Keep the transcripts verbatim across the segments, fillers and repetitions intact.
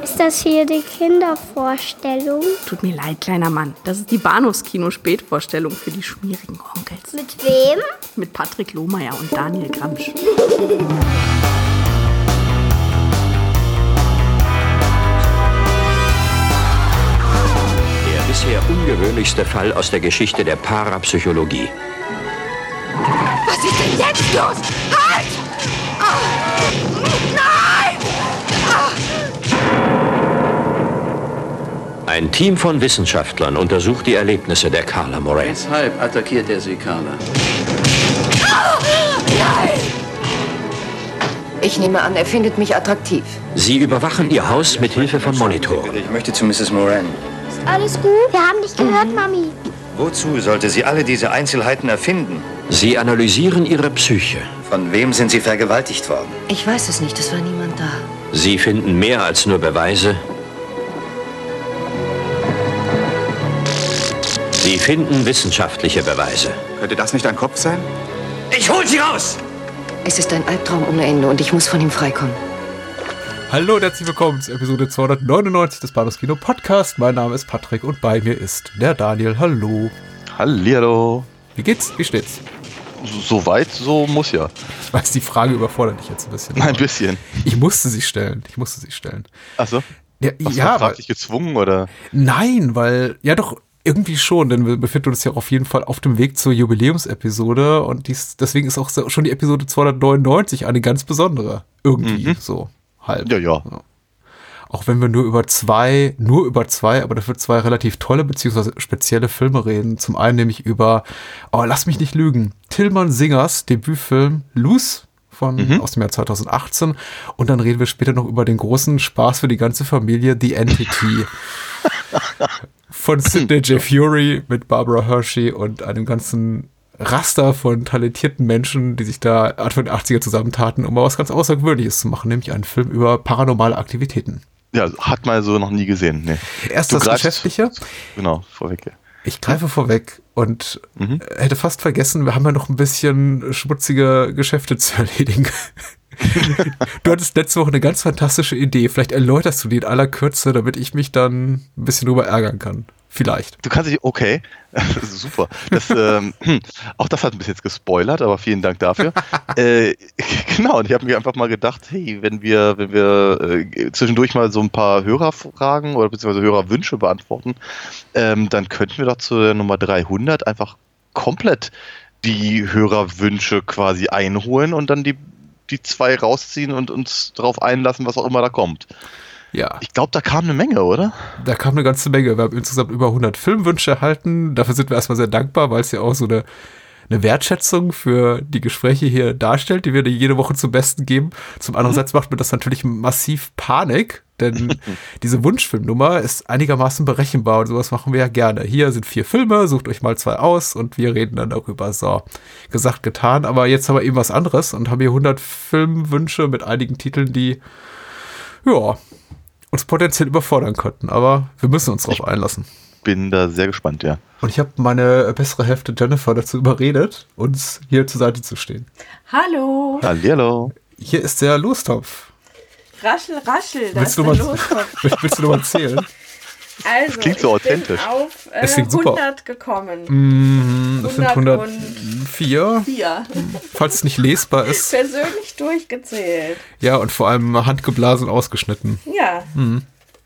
Ist das hier die Kindervorstellung? Tut mir leid, kleiner Mann. Das ist die Bahnhofskino-Spätvorstellung für die schmierigen Onkels. Mit wem? Mit Patrick Lohmeier und Daniel Gramsch. Der bisher ungewöhnlichste Fall aus der Geschichte der Parapsychologie. Was ist denn jetzt los? Halt! Ah! Nein! Ah! Ein Team von Wissenschaftlern untersucht die Erlebnisse der Carla Moran. Weshalb attackiert er sie, Carla? Ah! Nein! Ich nehme an, er findet mich attraktiv. Sie überwachen ihr Haus mit Hilfe von Monitoren. Ich möchte zu Misses Moran. Ist alles gut? Wir haben dich gehört, Mami. Wozu sollte sie alle diese Einzelheiten erfinden? Sie analysieren ihre Psyche. Von wem sind sie vergewaltigt worden? Ich weiß es nicht, es war niemand da. Sie finden mehr als nur Beweise. Sie finden wissenschaftliche Beweise. Könnte das nicht ein Kopf sein? Ich hol sie raus! Es ist ein Albtraum ohne Ende und ich muss von ihm freikommen. Hallo und herzlich willkommen zu Episode zweihundertneunundneunzig des Bahnhofskino Podcast. Mein Name ist Patrick und bei mir ist der Daniel. Hallo. Hallihallo. Wie geht's? Wie steht's? So weit, so muss ja. Ich weiß, die Frage überfordert dich jetzt ein bisschen. Ein bisschen. Ich musste sie stellen. Ich musste sie stellen. Ach so? Ja, Hast ja, du dich gezwungen, oder? Nein, weil, ja doch, irgendwie schon, denn wir befinden uns ja auf jeden Fall auf dem Weg zur Jubiläumsepisode und dies, deswegen ist auch schon die Episode zweihundertneunundneunzig eine ganz besondere. Irgendwie mhm. so halb. Ja, ja, ja. Auch wenn wir nur über zwei, nur über zwei, aber dafür zwei relativ tolle beziehungsweise spezielle Filme reden. Zum einen nämlich über, oh, lass mich nicht lügen, Tilman Singers Debütfilm Loose von, mhm. aus dem Jahr zweitausendachtzehn. Und dann reden wir später noch über den großen Spaß für die ganze Familie, The Entity. Von Sidney J. Furie mit Barbara Hershey und einem ganzen Raster von talentierten Menschen, die sich da Anfang der achtziger zusammentaten, um mal was ganz Außergewöhnliches zu machen, nämlich einen Film über paranormale Aktivitäten. Ja, hat man so noch nie gesehen. Nee. Erst das Geschäftliche. Genau, vorweg. Ja. Ich greife vorweg und mhm. hätte fast vergessen, wir haben ja noch ein bisschen schmutzige Geschäfte zu erledigen. Du hattest letzte Woche eine ganz fantastische Idee. Vielleicht erläuterst du die in aller Kürze, damit ich mich dann ein bisschen drüber ärgern kann. Vielleicht. Du kannst dich, okay, super. Das, ähm, auch das hat ein bisschen jetzt gespoilert, aber vielen Dank dafür. äh, genau, und ich habe mir einfach mal gedacht, hey, wenn wir, wenn wir äh, zwischendurch mal so ein paar Hörerfragen oder beziehungsweise Hörerwünsche beantworten, ähm, dann könnten wir doch zu der Nummer dreihundert einfach komplett die Hörerwünsche quasi einholen und dann die, die zwei rausziehen und uns darauf einlassen, was auch immer da kommt. Ja. Ich glaube, da kam eine Menge, oder? Da kam eine ganze Menge. Wir haben insgesamt über hundert Filmwünsche erhalten. Dafür sind wir erstmal sehr dankbar, weil es ja auch so eine, eine Wertschätzung für die Gespräche hier darstellt, die wir jede Woche zum Besten geben. Zum anderen Seite macht mir das natürlich massiv Panik, denn diese Wunschfilmnummer ist einigermaßen berechenbar und sowas machen wir ja gerne. Hier sind vier Filme, sucht euch mal zwei aus und wir reden dann darüber. So, gesagt, getan. Aber jetzt haben wir eben was anderes und haben hier hundert Filmwünsche mit einigen Titeln, die, ja, uns potenziell überfordern könnten, aber wir müssen uns darauf einlassen. Bin da sehr gespannt, ja. Und ich habe meine bessere Hälfte Jennifer dazu überredet, uns hier zur Seite zu stehen. Hallo. Hallihallo. Hier ist der Lostopf. Raschel, raschel, das willst ist du der mal, Lostopf. Willst du noch mal erzählen? Also, das klingt so ich authentisch. bin auf äh, es klingt super. hundert gekommen. Mm, das sind hundertvier. Vier. Falls es nicht lesbar ist. Persönlich durchgezählt. Ja, und vor allem handgeblasen ausgeschnitten. Ja. Mhm.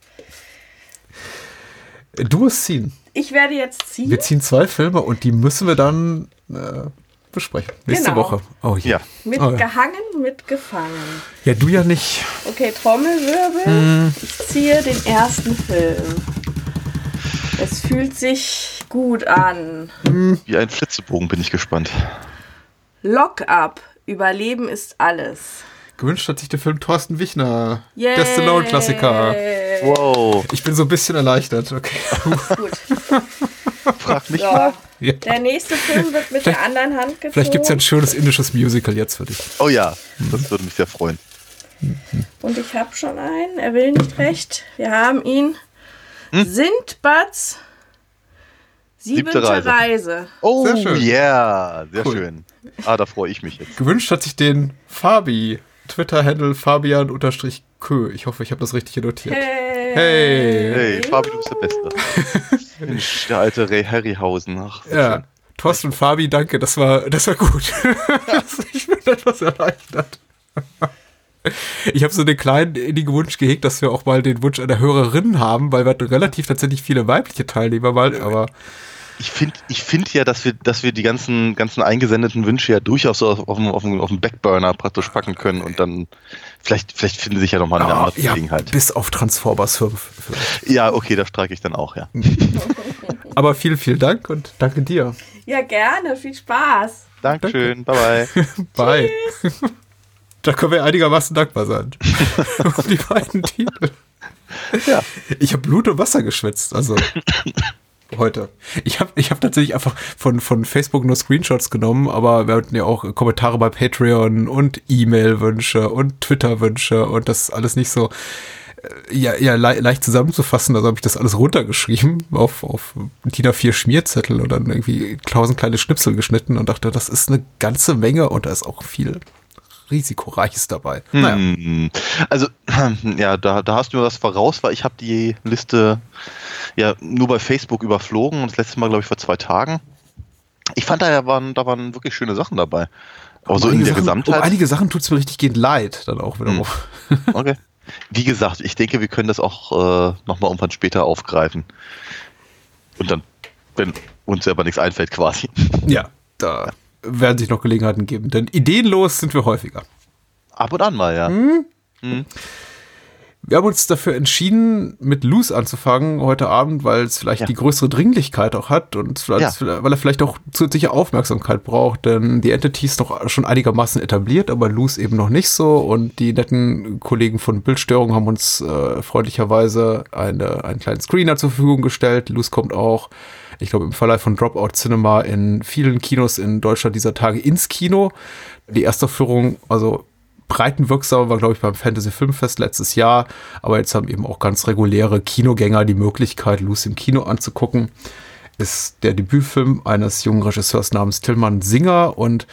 Du musst ziehen. Ich werde jetzt ziehen. Wir ziehen zwei Filme und die müssen wir dann äh, besprechen. Nächste genau. Woche. Oh, ja. Mit oh, ja. gehangen, mit gefangen. Ja, du ja nicht. Okay, Trommelwirbel. Hm. Ich ziehe den ersten Film. Es fühlt sich gut an. Wie ein Flitzebogen bin ich gespannt. Lock-up. Überleben ist alles. Gewünscht hat sich der Film Thorsten Wichner. Yay. Der Stallone-Klassiker. Wow. Ich bin so ein bisschen erleichtert. Okay. Gut. Frag mich so. mal. Ja. Der nächste Film wird mit vielleicht, der anderen Hand gezogen. Vielleicht gibt es ja ein schönes indisches Musical jetzt für dich. Oh ja, das würde mich sehr freuen. Und ich habe schon einen. Er will nicht recht. Wir haben ihn. Hm? Sindbads Siebente Reise. Reise. Oh, sehr schön. Yeah, sehr cool. schön. Ah, da freue ich mich jetzt. Gewünscht hat sich den Fabi. Twitter-Handle Fabian-Kö. Ich hoffe, ich habe das richtig notiert. Hey. Hey. Hey, Fabi, du bist der Beste. Mensch, der alte Ray Harryhausen. Ach, ja. schön. Thorsten und Fabi, danke, das war, das war gut. Ich bin etwas erleichtert. Ich habe so den kleinen innigen Wunsch gehegt, dass wir auch mal den Wunsch einer Hörerin haben, weil wir hatten relativ tatsächlich viele weibliche Teilnehmer mal, aber ich finde ich find ja, dass wir, dass wir die ganzen, ganzen eingesendeten Wünsche ja durchaus so auf, auf, auf, auf den Backburner praktisch packen können und dann vielleicht, vielleicht finden sich ja nochmal eine andere ja, Gelegenheit. Bis auf Transformers fünf. Vielleicht. Ja, okay, da streike ich dann auch, ja. Aber vielen, vielen Dank und danke dir. Ja, gerne. Viel Spaß. Dankeschön. Bye, bye. Bye. Da können wir einigermaßen dankbar sein. Um die beiden Titel. Ja. Ich habe Blut und Wasser geschwitzt, also heute. Ich habe ich hab tatsächlich einfach von, von Facebook nur Screenshots genommen, aber wir hatten ja auch Kommentare bei Patreon und E-Mail-Wünsche und Twitter-Wünsche und das alles nicht so ja, ja le- leicht zusammenzufassen. Also habe ich das alles runtergeschrieben auf, auf D I N A vier Schmierzettel und dann irgendwie tausend kleine Schnipsel geschnitten und dachte, das ist eine ganze Menge und da ist auch viel Risikoreiches dabei. Naja. Hm. Also, ja, da, da hast du mir was voraus, weil ich habe die Liste ja nur bei Facebook überflogen und das letzte Mal, glaube ich, vor zwei Tagen. Ich fand, da waren, da waren wirklich schöne Sachen dabei. Aber so in der Sachen, Gesamtheit. Um einige Sachen tut es mir richtig gehend leid, dann auch wieder. Hm. Okay. Wie gesagt, ich denke, wir können das auch äh, nochmal irgendwann später aufgreifen. Und dann, wenn uns selber nichts einfällt, quasi. Ja, da werden sich noch Gelegenheiten geben, denn ideenlos sind wir häufiger. Ab und an mal, ja. Hm? Hm. Wir haben uns dafür entschieden, mit Loose anzufangen heute Abend, weil es vielleicht ja. die größere Dringlichkeit auch hat und ja. weil er vielleicht auch zusätzliche Aufmerksamkeit braucht, denn die Entity ist doch schon einigermaßen etabliert, aber Loose eben noch nicht so und die netten Kollegen von Bildstörung haben uns äh, freundlicherweise eine, einen kleinen Screener zur Verfügung gestellt. Loose kommt auch, ich glaube, im Verleih von Dropout Cinema in vielen Kinos in Deutschland dieser Tage ins Kino. Die Erstaufführung, also breitenwirksam war, glaube ich, beim Fantasy Filmfest letztes Jahr, aber jetzt haben eben auch ganz reguläre Kinogänger die Möglichkeit, Loose im Kino anzugucken. Ist der Debütfilm eines jungen Regisseurs namens Tilman Singer und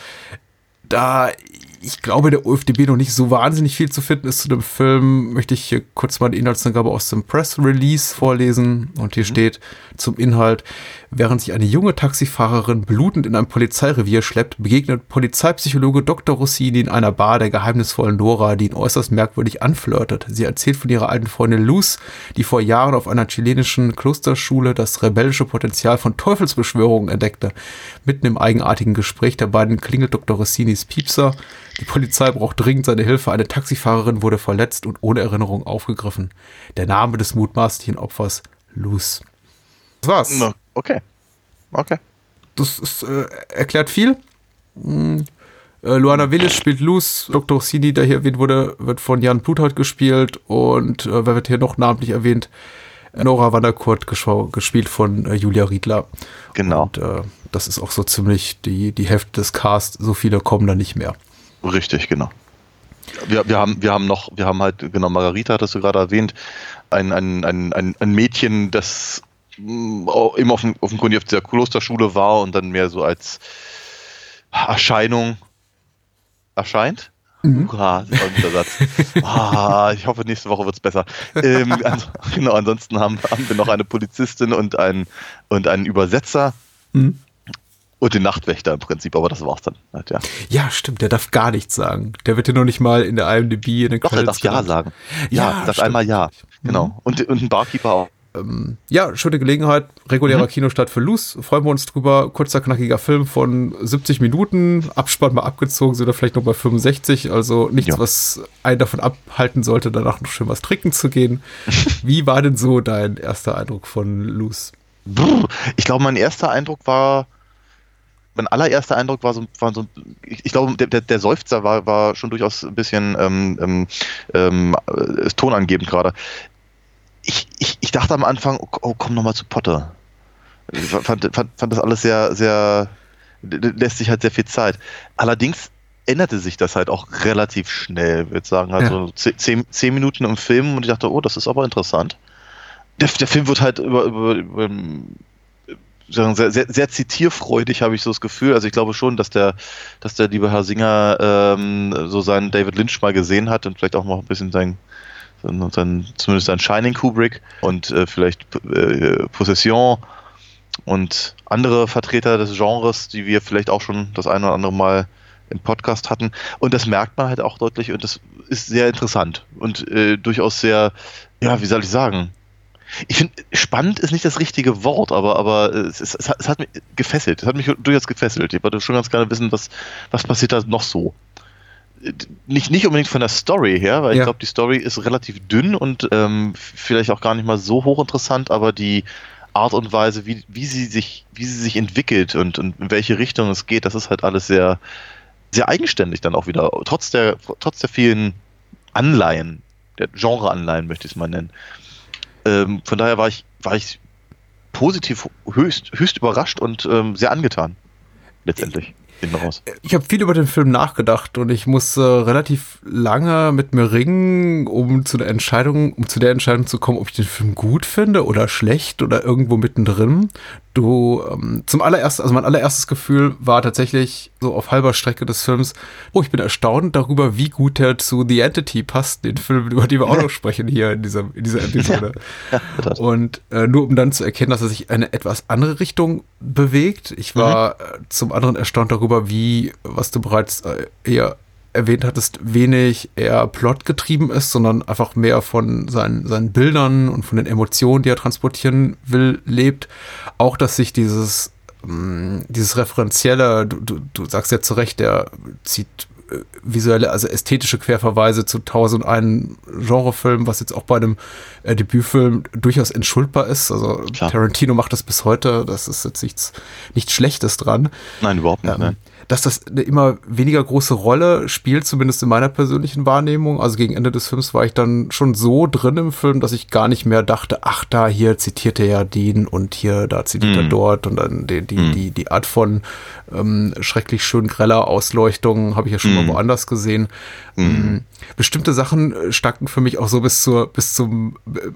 da ich glaube, der O F D B noch nicht so wahnsinnig viel zu finden ist zu dem Film, möchte ich hier kurz mal die Inhaltsangabe aus dem Press Release vorlesen und hier mhm. steht zum Inhalt: Während sich eine junge Taxifahrerin blutend in ein Polizeirevier schleppt, begegnet Polizeipsychologe Doktor Rossini in einer Bar der geheimnisvollen Nora, die ihn äußerst merkwürdig anflirtet. Sie erzählt von ihrer alten Freundin Luz, die vor Jahren auf einer chilenischen Klosterschule das rebellische Potenzial von Teufelsbeschwörungen entdeckte. Mitten im eigenartigen Gespräch der beiden klingelt Doktor Rossinis Piepser. Die Polizei braucht dringend seine Hilfe. Eine Taxifahrerin wurde verletzt und ohne Erinnerung aufgegriffen. Der Name des mutmaßlichen Opfers: Luz. Das war's. Okay. Okay. Das ist, äh, erklärt viel. Hm. Äh, Luana Willis spielt Luz. Doktor Rossini, der hier erwähnt wurde, wird von Jan Bluthold gespielt. Und äh, wer wird hier noch namentlich erwähnt? Nora Vanderkurt, gespielt von äh, Julia Riedler. Genau. Und äh, das ist auch so ziemlich die, die Hälfte des Casts. So viele kommen da nicht mehr. Richtig, genau. Wir, wir, haben, wir haben noch, wir haben halt, genau, Margarita hattest du gerade erwähnt, ein, ein, ein, ein, ein Mädchen, das mh, eben auf dem, auf dem Grund auf dieser Klosterschule war und dann mehr so als Erscheinung erscheint. Mhm. Uha, das war ein guter Satz. Ah, ich hoffe, nächste Woche wird es besser. Ähm, also, genau, ansonsten haben, haben wir noch eine Polizistin und einen, und einen Übersetzer. Mhm. Und den Nachtwächter im Prinzip, aber das war's dann halt, ja. Ja, stimmt, der darf gar nichts sagen. Der wird ja noch nicht mal in der I M D B in den Doch, der darf Ja sagen. Ja, ja sagt einmal Ja. Genau. Mhm. Und, und ein Barkeeper auch. Ähm, ja, schöne Gelegenheit. Regulärer mhm. Kinostart für Luz. Freuen wir uns drüber. Kurzer, knackiger Film von siebzig Minuten. Abspann mal abgezogen, sind wir vielleicht noch bei fünfundsechzig. Also nichts, ja. was einen davon abhalten sollte, danach noch schön was trinken zu gehen. Wie war denn so dein erster Eindruck von Luz? Ich glaube, mein erster Eindruck war Mein allererster Eindruck war so, war so ich, ich glaube, der, der, der Seufzer war, war schon durchaus ein bisschen ähm, ähm, ähm, tonangebend gerade. Ich, ich, ich dachte am Anfang, oh, oh komm nochmal zu Potter. Ich fand, fand, fand das alles sehr, sehr, lässt sich halt sehr viel Zeit. Allerdings änderte sich das halt auch relativ schnell, würde ich sagen. Halt ja. so zehn, zehn Minuten im Film und ich dachte, oh, das ist aber interessant. Der, der Film wird halt über, über, über Sehr, sehr, sehr zitierfreudig, habe ich so das Gefühl. Also ich glaube schon, dass der, dass der liebe Herr Singer ähm, so seinen David Lynch mal gesehen hat und vielleicht auch noch ein bisschen sein, sein, zumindest sein Shining Kubrick und äh, vielleicht äh, Possession und andere Vertreter des Genres, die wir vielleicht auch schon das eine oder andere Mal im Podcast hatten. Und das merkt man halt auch deutlich und das ist sehr interessant und äh, durchaus sehr, ja, wie soll ich sagen, ich finde, spannend ist nicht das richtige Wort, aber, aber es, es, es, hat, es hat mich gefesselt, es hat mich durchaus gefesselt. Ich wollte schon ganz gerne wissen, was, was passiert da noch so. Nicht, nicht unbedingt von der Story her, weil ja. ich glaube, die Story ist relativ dünn und ähm, vielleicht auch gar nicht mal so hochinteressant, aber die Art und Weise, wie, wie, sie sich, wie sie sich entwickelt und, und in welche Richtung es geht, das ist halt alles sehr, sehr eigenständig dann auch wieder, trotz der, trotz der vielen Anleihen, der Genre-Anleihen möchte ich es mal nennen. Ähm, von daher war ich, war ich positiv höchst, höchst überrascht und ähm, sehr angetan, letztendlich. Raus. Ich habe viel über den Film nachgedacht und ich musste äh, relativ lange mit mir ringen, um zu der Entscheidung, um zu der Entscheidung zu kommen, ob ich den Film gut finde oder schlecht oder irgendwo mittendrin. Du, ähm, zum allerersten, also mein allererstes Gefühl war tatsächlich so auf halber Strecke des Films, oh, ich bin erstaunt darüber, wie gut der zu The Entity passt, den Film, über den wir auch noch sprechen hier in dieser, in dieser Episode. Ja, ja, und äh, nur um dann zu erkennen, dass er sich in eine etwas andere Richtung bewegt. Ich war mhm. äh, zum anderen erstaunt darüber, wie, was du bereits äh, eher erwähnt hattest, wenig eher plotgetrieben ist, sondern einfach mehr von seinen, seinen Bildern und von den Emotionen, die er transportieren will, lebt. Auch, dass sich dieses, mh, dieses referenzielle, du, du, du sagst ja zu Recht, der zieht äh, visuelle, also ästhetische Querverweise zu tausend und einen Genrefilmen, was jetzt auch bei einem äh, Debütfilm durchaus entschuldbar ist. Also Klar. Tarantino macht das bis heute, das ist jetzt nichts, nichts Schlechtes dran. Nein, überhaupt nicht, ähm, nein. Dass das eine immer weniger große Rolle spielt, zumindest in meiner persönlichen Wahrnehmung. Also gegen Ende des Films war ich dann schon so drin im Film, dass ich gar nicht mehr dachte, ach, da hier zitiert er ja den und hier, da zitiert mm. er dort und dann die, die, mm. die, die Art von ähm, schrecklich schön greller Ausleuchtung habe ich ja schon mm. mal woanders gesehen. Mm. Bestimmte Sachen stanken für mich auch so bis zur, bis zum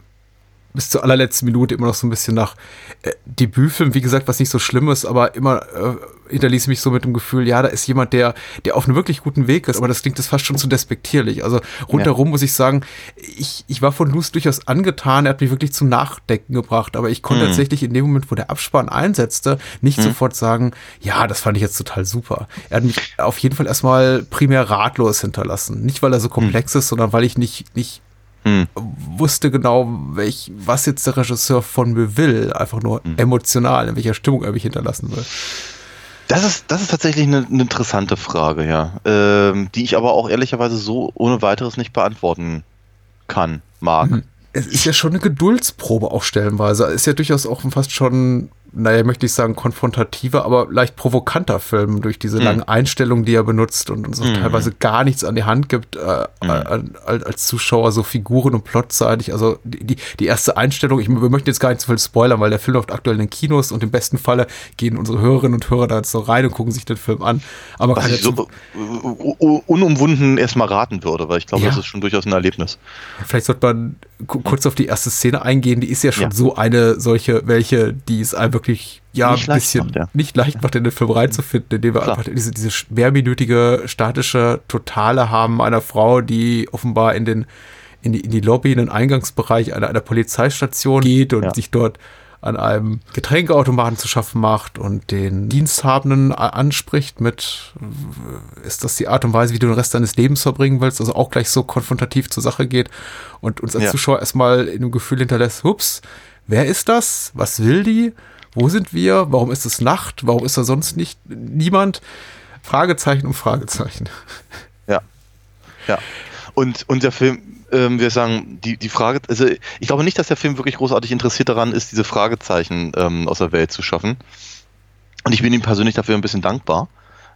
bis zur allerletzten Minute immer noch so ein bisschen nach äh, Debütfilm, wie gesagt, was nicht so schlimm ist, aber immer äh, hinterließ mich so mit dem Gefühl, ja, da ist jemand, der der auf einem wirklich guten Weg ist, aber das klingt das fast schon zu despektierlich. Also rundherum ja. muss ich sagen, ich ich war von Luz durchaus angetan, er hat mich wirklich zum Nachdenken gebracht, aber ich konnte mhm. tatsächlich in dem Moment, wo der Abspann einsetzte, nicht mhm. sofort sagen, ja, das fand ich jetzt total super. Er hat mich auf jeden Fall erstmal primär ratlos hinterlassen. Nicht, weil er so komplex mhm. ist, sondern weil ich nicht nicht Hm. wusste genau, welch, was jetzt der Regisseur von mir will, einfach nur hm. emotional, in welcher Stimmung er mich hinterlassen will. Das ist, das ist tatsächlich eine, eine interessante Frage, ja, ähm, die ich aber auch ehrlicherweise so ohne weiteres nicht beantworten kann, mag. Hm. Es ist ja schon eine Geduldsprobe auch stellenweise. Es ist ja durchaus auch fast schon, naja, möchte ich sagen, konfrontativer, aber leicht provokanter Film durch diese langen mm. Einstellungen, die er benutzt und uns auch mm. teilweise gar nichts an die Hand gibt, äh, mm. als, als Zuschauer, so Figuren- und plotseitig. Also die, die erste Einstellung, ich, wir möchten jetzt gar nicht zu viel spoilern, weil der Film läuft aktuell in den Kinos und im besten Falle gehen unsere Hörerinnen und Hörer da jetzt so rein und gucken sich den Film an. Aber was ich so unumwunden erstmal raten würde, weil ich glaube, ja. das ist schon durchaus ein Erlebnis. Vielleicht sollte man kurz auf die erste Szene eingehen, die ist ja schon ja. so eine solche, welche, die es einem wirklich ja nicht ein bisschen macht, ja. nicht leicht macht, in den Film reinzufinden, indem wir Klar. einfach diese, diese mehrminütige statische Totale haben einer Frau, die offenbar in den in die, in die Lobby, in den Eingangsbereich einer, einer Polizeistation geht und ja. sich dort an einem Getränkeautomaten zu schaffen macht und den Diensthabenden anspricht mit, ist das die Art und Weise, wie du den Rest deines Lebens verbringen willst, also auch gleich so konfrontativ zur Sache geht und uns als ja. Zuschauer erstmal in einem Gefühl hinterlässt, hups, wer ist das? Was will die? Wo sind wir? Warum ist es Nacht? Warum ist da sonst nicht niemand? Fragezeichen um Fragezeichen. Ja, ja. Und, und der Film, ähm, wir sagen, die, die Frage, also ich glaube nicht, dass der Film wirklich großartig interessiert daran ist, diese Fragezeichen ähm, aus der Welt zu schaffen. Und ich bin ihm persönlich dafür ein bisschen dankbar,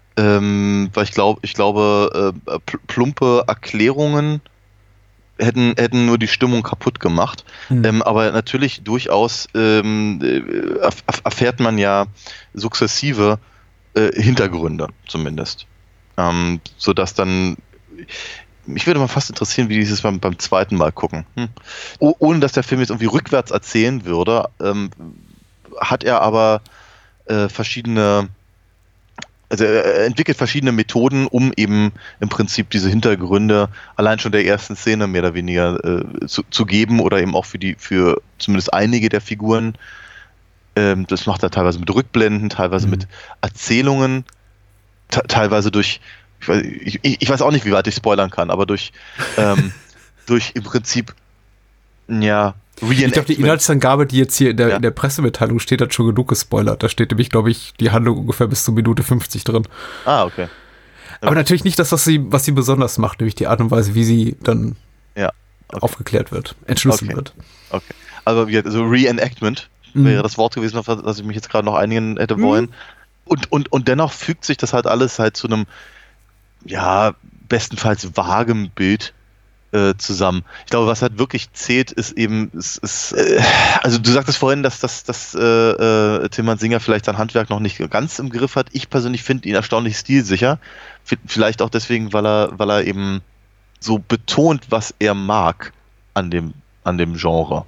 ähm, weil ich glaube, ich glaube, äh, plumpe Erklärungen hätten, hätten nur die Stimmung kaputt gemacht. Mhm. Ähm, aber natürlich durchaus ähm, erf- erfährt man ja sukzessive äh, Hintergründe zumindest. Ähm, sodass dann mich würde mal fast interessieren, wie dieses beim, beim zweiten Mal gucken. Hm. Oh, ohne dass der Film jetzt irgendwie rückwärts erzählen würde, ähm, hat er aber äh, verschiedene also er entwickelt verschiedene Methoden, um eben im Prinzip diese Hintergründe allein schon der ersten Szene mehr oder weniger äh, zu, zu geben oder eben auch für die, für zumindest einige der Figuren. Ähm, das macht er teilweise mit Rückblenden, teilweise mhm. mit Erzählungen, te- teilweise durch, ich weiß, ich, ich weiß auch nicht, wie weit ich spoilern kann, aber durch, ähm, durch im Prinzip, ja, Ich glaube, die Inhaltsangabe, die jetzt hier in der, ja. in der Pressemitteilung steht, hat schon genug gespoilert. Da steht nämlich, glaube ich, die Handlung ungefähr bis zur Minute fünfzig drin. Ah, okay. Ja. Aber natürlich nicht das, was sie, was sie besonders macht, nämlich die Art und Weise, wie sie dann ja. okay. aufgeklärt wird, entschlüsselt okay. wird. Okay. Also, wie also Reenactment mhm. wäre das Wort gewesen, was ich mich jetzt gerade noch einigen hätte mhm. wollen. Und, und, und dennoch fügt sich das halt alles halt zu einem, ja, bestenfalls vagem Bild zusammen. Ich glaube, was halt wirklich zählt, ist eben, ist, ist, äh, also du sagtest vorhin, dass, dass, dass äh, äh, Tilman Singer vielleicht sein Handwerk noch nicht ganz im Griff hat. Ich persönlich finde ihn erstaunlich stilsicher. V- vielleicht auch deswegen, weil er, weil er eben so betont, was er mag an dem, an dem Genre.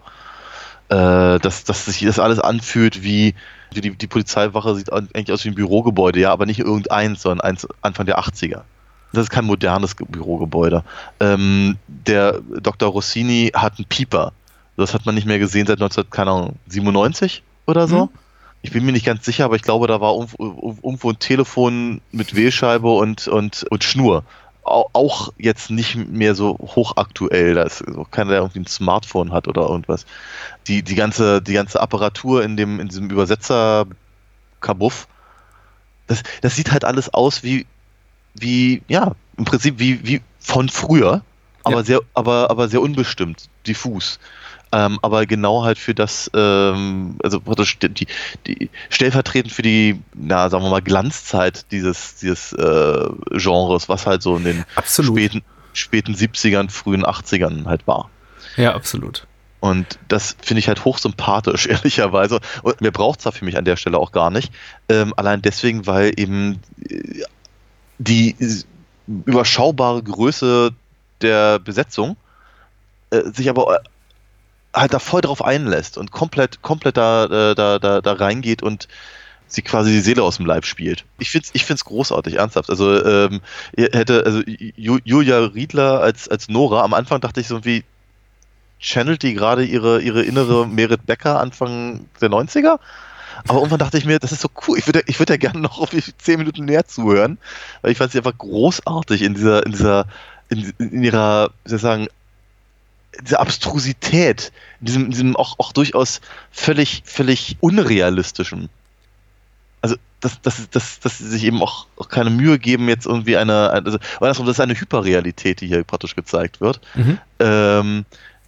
Äh, dass, dass sich das alles anfühlt wie, die, die Polizeiwache sieht eigentlich aus wie ein Bürogebäude, ja, aber nicht irgendeins, sondern eins Anfang der achtziger. Das ist kein modernes Bürogebäude. Ähm, der Doktor Rossini hat einen Pieper. Das hat man nicht mehr gesehen seit neunzehnhundertsiebenundneunzig oder so. Mhm. Ich bin mir nicht ganz sicher, aber ich glaube, da war irgendwo ein Telefon mit Wählscheibe und, und, und Schnur. Auch jetzt nicht mehr so hochaktuell. Da ist keiner, der irgendwie ein Smartphone hat oder irgendwas. Die, die, ganze, die ganze Apparatur in, dem, in diesem Übersetzer-Kabuff, das, das sieht halt alles aus wie wie, ja, im Prinzip wie, wie von früher, aber ja. sehr, aber, aber sehr unbestimmt, diffus. Ähm, aber genau halt für das, ähm, also die, die stellvertretend für die, na, sagen wir mal, Glanzzeit dieses, dieses äh, Genres, was halt so in den absolut. späten, späten siebzigern, frühen achtzigern halt war. Ja, absolut. Und das finde ich halt hochsympathisch, ehrlicherweise. Und mir braucht es da für mich an der Stelle auch gar nicht. Ähm, allein deswegen, weil eben äh, die überschaubare Größe der Besetzung äh, sich aber halt da voll drauf einlässt und komplett, komplett da, da, da, da reingeht und sie quasi die Seele aus dem Leib spielt. Ich finde es ich find's großartig, ernsthaft. Also ähm, hätte, also Julia Riedler als, als Nora, am Anfang dachte ich so wie, channelt die gerade ihre, ihre innere Merit Becker Anfang der neunziger? Aber irgendwann dachte ich mir, das ist so cool, ich würde ich würd ja gerne noch auf zehn Minuten näher zuhören, weil ich fand sie einfach großartig in dieser, in dieser, in, in ihrer, wie soll ich sagen, dieser Abstrusität, in diesem, in diesem auch, auch durchaus völlig, völlig unrealistischen. Also, dass, dass, dass, dass sie sich eben auch, auch keine Mühe geben, jetzt irgendwie eine, also, andersrum, das ist eine Hyperrealität, die hier praktisch gezeigt wird. Mhm. Ähm,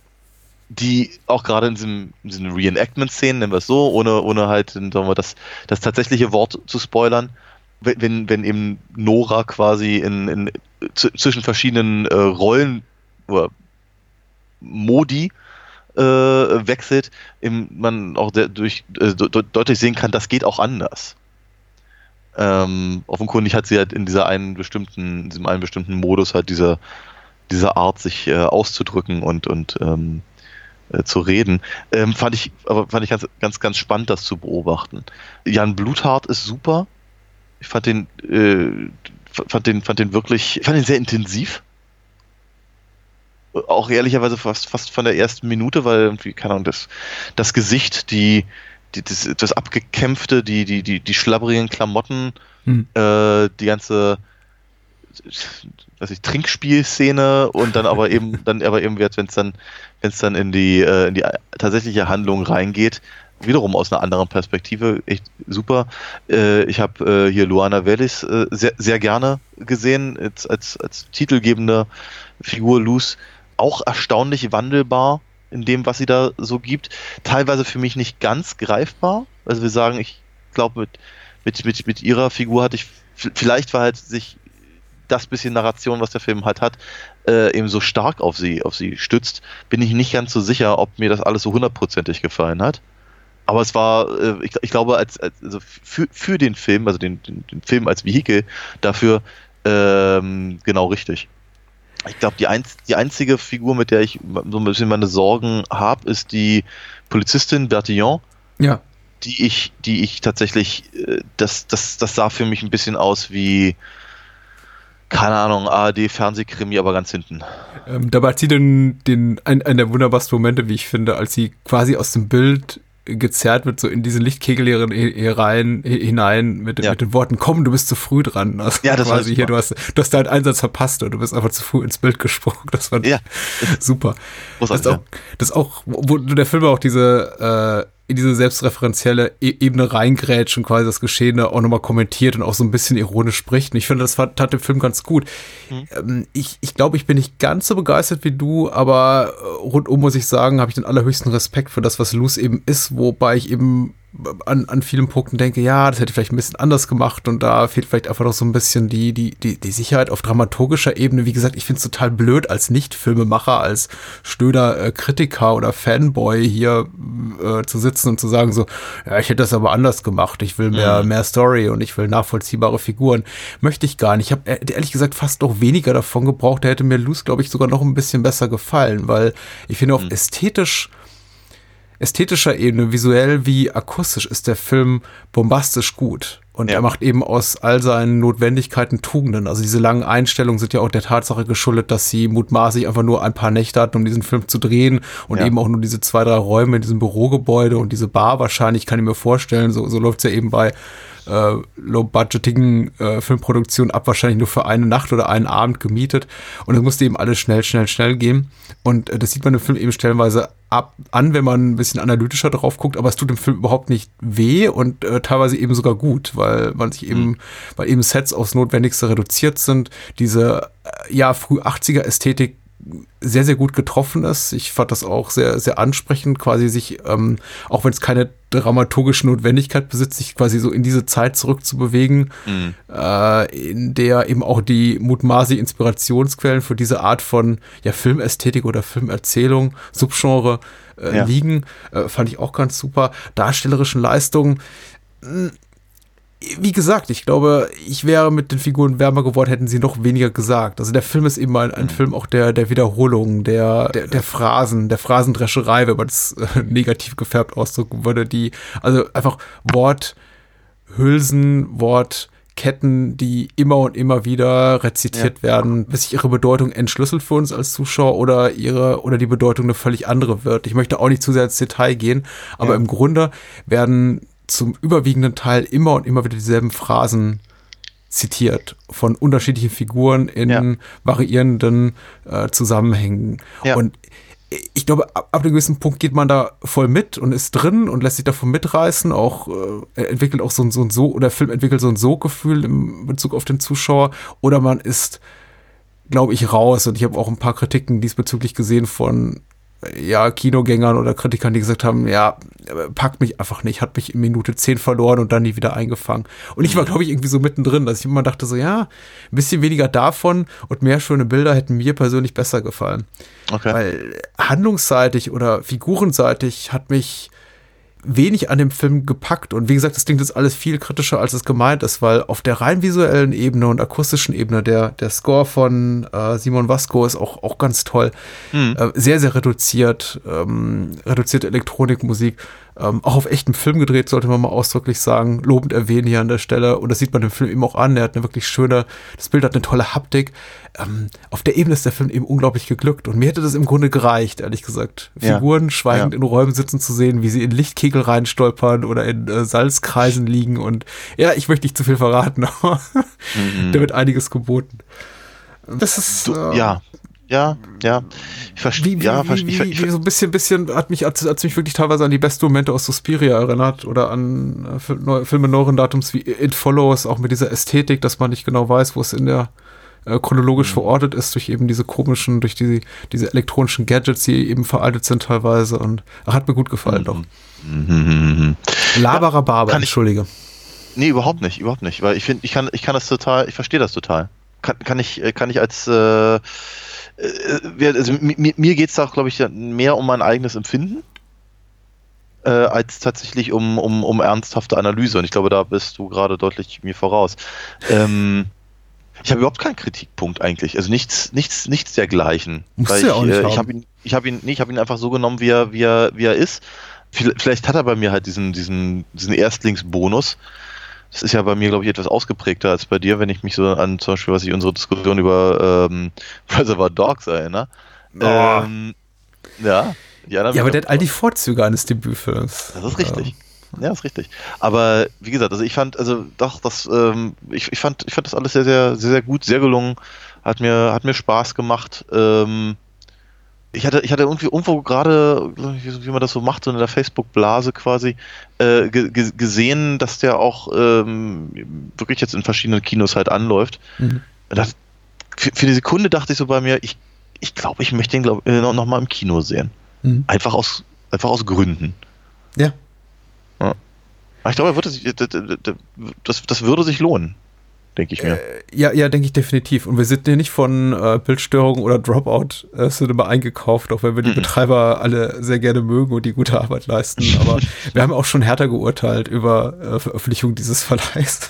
die auch gerade in, diesem, in diesen Reenactment-Szenen, nennen wir es so, ohne, ohne halt sagen wir, das, das tatsächliche Wort zu spoilern, wenn, wenn eben Nora quasi in, in, z- zwischen verschiedenen äh, Rollen oder Modi äh, wechselt, im, man auch de- durch, äh, de- deutlich sehen kann, das geht auch anders. Ähm, offenkundig hat sie halt in dieser einen bestimmten, in diesem einen bestimmten Modus halt diese, diese Art, sich äh, auszudrücken und, und ähm, zu reden, ähm, fand ich aber fand ich ganz, ganz, ganz spannend, das zu beobachten. Jan Bluthardt ist super. Ich fand den, äh, fand den, fand den wirklich, ich fand den sehr intensiv. Auch ehrlicherweise fast, fast von der ersten Minute, weil irgendwie, keine Ahnung, das, das Gesicht, die, die das, das abgekämpfte, die, die, die, die schlabbrigen Klamotten, hm. äh, die ganze weiß ich, Trinkspielszene und dann aber eben, dann aber eben, wenn es dann, wenn es dann in die, äh, in die tatsächliche Handlung reingeht, wiederum aus einer anderen Perspektive, echt super. Äh, ich habe äh, hier Luana Wellis äh, sehr, sehr gerne gesehen, als, als, als titelgebende Figur Luz, auch erstaunlich wandelbar in dem, was sie da so gibt. Teilweise für mich nicht ganz greifbar. Also wir sagen, ich glaube, mit, mit, mit, mit ihrer Figur hatte ich, vielleicht war halt sich das bisschen Narration, was der Film halt hat, äh, eben so stark auf sie, auf sie stützt, bin ich nicht ganz so sicher, ob mir das alles so hundertprozentig gefallen hat. Aber es war, äh, ich, ich glaube, als, als also für, für den Film, also den, den, den Film als Vehikel, dafür ähm, genau richtig. Ich glaube, die, einz, die einzige Figur, mit der ich so ein bisschen meine Sorgen habe, ist die Polizistin Bertillon. Ja. die ich, die ich tatsächlich, das, das, das sah für mich ein bisschen aus wie, keine Ahnung, A R D-Fernsehkrimi, aber ganz hinten. Ähm, dabei hat sie den, den, ein, einen der wunderbarsten Momente, wie ich finde, als sie quasi aus dem Bild gezerrt wird, so in diese Lichtkegel hier, hier rein, hinein mit, ja. mit den Worten, komm, du bist zu früh dran. Also ja, das quasi hier, du hast, du hast deinen Einsatz verpasst und du bist einfach zu früh ins Bild gesprungen. Das war ja. super. Das ist auch, das ist auch, wo der Film auch diese, äh, in diese selbstreferenzielle e- Ebene reingrätscht und quasi das Geschehene auch nochmal kommentiert und auch so ein bisschen ironisch spricht. Und ich finde, das tat dem Film ganz gut. Mhm. Ähm, ich ich glaube, ich bin nicht ganz so begeistert wie du, aber rundum muss ich sagen, habe ich den allerhöchsten Respekt für das, was Luz eben ist, wobei ich eben an, an vielen Punkten denke, ja, das hätte ich vielleicht ein bisschen anders gemacht und da fehlt vielleicht einfach noch so ein bisschen die, die, die, die Sicherheit auf dramaturgischer Ebene. Wie gesagt, ich finde es total blöd, als Nicht-Filmemacher, als stöder äh, Kritiker oder Fanboy hier äh, zu sitzen und zu sagen so, ja, ich hätte das aber anders gemacht, ich will mehr, mhm. mehr Story und ich will nachvollziehbare Figuren. Möchte ich gar nicht. Ich habe ehrlich gesagt fast noch weniger davon gebraucht. Da hätte mir Luz, glaube ich, sogar noch ein bisschen besser gefallen, weil ich finde auch mhm. ästhetisch ästhetischer Ebene, visuell wie akustisch, ist der Film bombastisch gut. Und ja. er macht eben aus all seinen Notwendigkeiten Tugenden. Also diese langen Einstellungen sind ja auch der Tatsache geschuldet, dass sie mutmaßlich einfach nur ein paar Nächte hatten, um diesen Film zu drehen und ja. eben auch nur diese zwei, drei Räume in diesem Bürogebäude und diese Bar wahrscheinlich, kann ich mir vorstellen, so, so läuft es ja eben bei äh, low-budgetigen äh, Filmproduktionen ab, wahrscheinlich nur für eine Nacht oder einen Abend gemietet. Und es musste eben alles schnell, schnell, schnell gehen. Und äh, das sieht man im Film eben stellenweise ab an, wenn man ein bisschen analytischer drauf guckt, aber es tut dem Film überhaupt nicht weh und äh, teilweise eben sogar gut, weil man sich eben, mhm. weil eben Sets aufs Notwendigste reduziert sind, diese äh, ja früh achtziger Ästhetik sehr, sehr gut getroffen ist. Ich fand das auch sehr, sehr ansprechend, quasi sich, ähm, auch wenn es keine dramaturgische Notwendigkeit besitzt, sich quasi so in diese Zeit zurückzubewegen, mhm. äh, in der eben auch die mutmaßlichen Inspirationsquellen für diese Art von ja, Filmästhetik oder Filmerzählung, Subgenre äh, ja. liegen. Äh, fand ich auch ganz super. Darstellerischen Leistungen, mh, wie gesagt, ich glaube, ich wäre mit den Figuren wärmer geworden, hätten sie noch weniger gesagt. Also der Film ist eben ein, ein Film auch der, der Wiederholungen, der, der, der Phrasen, der Phrasendrescherei, wenn man das äh, negativ gefärbt ausdrücken würde, die, also einfach Worthülsen, Wortketten, die immer und immer wieder rezitiert ja. werden, bis sich ihre Bedeutung entschlüsselt für uns als Zuschauer oder ihre, oder die Bedeutung eine völlig andere wird. Ich möchte auch nicht zu sehr ins Detail gehen, aber ja. im Grunde werden zum überwiegenden Teil immer und immer wieder dieselben Phrasen zitiert von unterschiedlichen Figuren in ja. variierenden äh, Zusammenhängen. Ja. Und ich glaube, ab, ab einem gewissen Punkt geht man da voll mit und ist drin und lässt sich davon mitreißen. Auch äh, entwickelt auch so ein so und so, oder der Film entwickelt so ein So-Gefühl im Bezug auf den Zuschauer. Oder man ist, glaube ich, raus. Und ich habe auch ein paar Kritiken diesbezüglich gesehen von ja, Kinogängern oder Kritikern, die gesagt haben, ja, packt mich einfach nicht, hat mich in Minute zehn verloren und dann nie wieder eingefangen. Und ich war, glaube ich, irgendwie so mittendrin, dass ich immer dachte so, ja, ein bisschen weniger davon und mehr schöne Bilder hätten mir persönlich besser gefallen. Okay. Weil handlungsseitig oder figurenseitig hat mich wenig an dem Film gepackt. Und wie gesagt, das klingt jetzt alles viel kritischer, als es gemeint ist, weil auf der rein visuellen Ebene und akustischen Ebene der, der Score von äh, Simon Vasco ist auch, auch ganz toll. Mhm. Äh, sehr, sehr reduziert, ähm, reduzierte Elektronikmusik. Ähm, auch auf echtem Film gedreht, sollte man mal ausdrücklich sagen. Lobend erwähnen hier an der Stelle. Und das sieht man dem Film eben auch an. Er hat eine wirklich schöne, das Bild hat eine tolle Haptik. Ähm, auf der Ebene ist der Film eben unglaublich geglückt. Und mir hätte das im Grunde gereicht, ehrlich gesagt. Ja. Figuren schweigend ja. in Räumen sitzen zu sehen, wie sie in Lichtkegel reinstolpern oder in äh, Salzkreisen liegen. Und ja, ich möchte nicht zu viel verraten, aber mhm. da wird einiges geboten. Das ist, du, äh, ja. Ja, ja. Ich verstehe. Ja, wie, wie, wie, wie so ein bisschen, bisschen hat mich, hat, hat mich wirklich teilweise an die besten Momente aus Suspiria erinnert oder an äh, neu, Filme neueren Datums wie It Follows, auch mit dieser Ästhetik, dass man nicht genau weiß, wo es in der äh, chronologisch mhm. verortet ist, durch eben diese komischen, durch die, diese elektronischen Gadgets, die eben veraltet sind teilweise, und hat mir gut gefallen mhm. doch. Mhm. Laberer ja, Barber, entschuldige. Ich, nee, überhaupt nicht, überhaupt nicht, weil ich finde, ich kann, ich kann das total, ich verstehe das total. Kann, kann ich, kann ich als äh, also mir, mir geht es da, glaube ich, mehr um mein eigenes Empfinden äh, als tatsächlich um, um, um ernsthafte Analyse. Und ich glaube, da bist du gerade deutlich mir voraus. Ähm, ich habe überhaupt keinen Kritikpunkt eigentlich. Also nichts, nichts, nichts dergleichen. Musst weil du ich, ja auch nicht äh, haben. ich habe ihn, ich habe ihn, nee, ich habe ihn einfach so genommen, wie er, wie er, wie er ist. vielleicht hat er bei mir halt diesen, diesen, diesen Erstlingsbonus. Das ist ja bei mir, glaube ich, etwas ausgeprägter als bei dir, wenn ich mich so an zum Beispiel, was ich unsere Diskussion über ähm, Reservoir Dogs erinnere. Oh. Ähm, ja, ja, aber der hat all die Vorzüge eines Debütfilms. Das ist richtig. Ja, das ist richtig. Aber wie gesagt, also ich fand, also doch, das, ähm, ich, ich fand, ich fand das alles sehr, sehr, sehr, sehr gut, sehr gelungen. Hat mir, hat mir Spaß gemacht. Ähm, ich hatte, ich hatte irgendwie irgendwo gerade, wie man das so macht, so in der Facebook-Blase quasi, äh, ge- ge- gesehen, dass der auch ähm, wirklich jetzt in verschiedenen Kinos halt anläuft. Mhm. Das, für, für die Sekunde dachte ich so bei mir, ich, ich glaube, ich möchte ihn glaub, äh, noch, noch mal im Kino sehen. Mhm. Einfach aus, einfach aus Gründen. Ja. Ja. Ich glaube, würde sich, das, das würde sich lohnen, denke ich mir. Äh, ja, ja, denke ich definitiv. Und wir sind hier nicht von äh, Bildstörungen oder Dropout äh, Cinema eingekauft, auch wenn wir die mhm. Betreiber alle sehr gerne mögen und die gute Arbeit leisten. Aber wir haben auch schon härter geurteilt über äh, Veröffentlichung dieses Verleihs.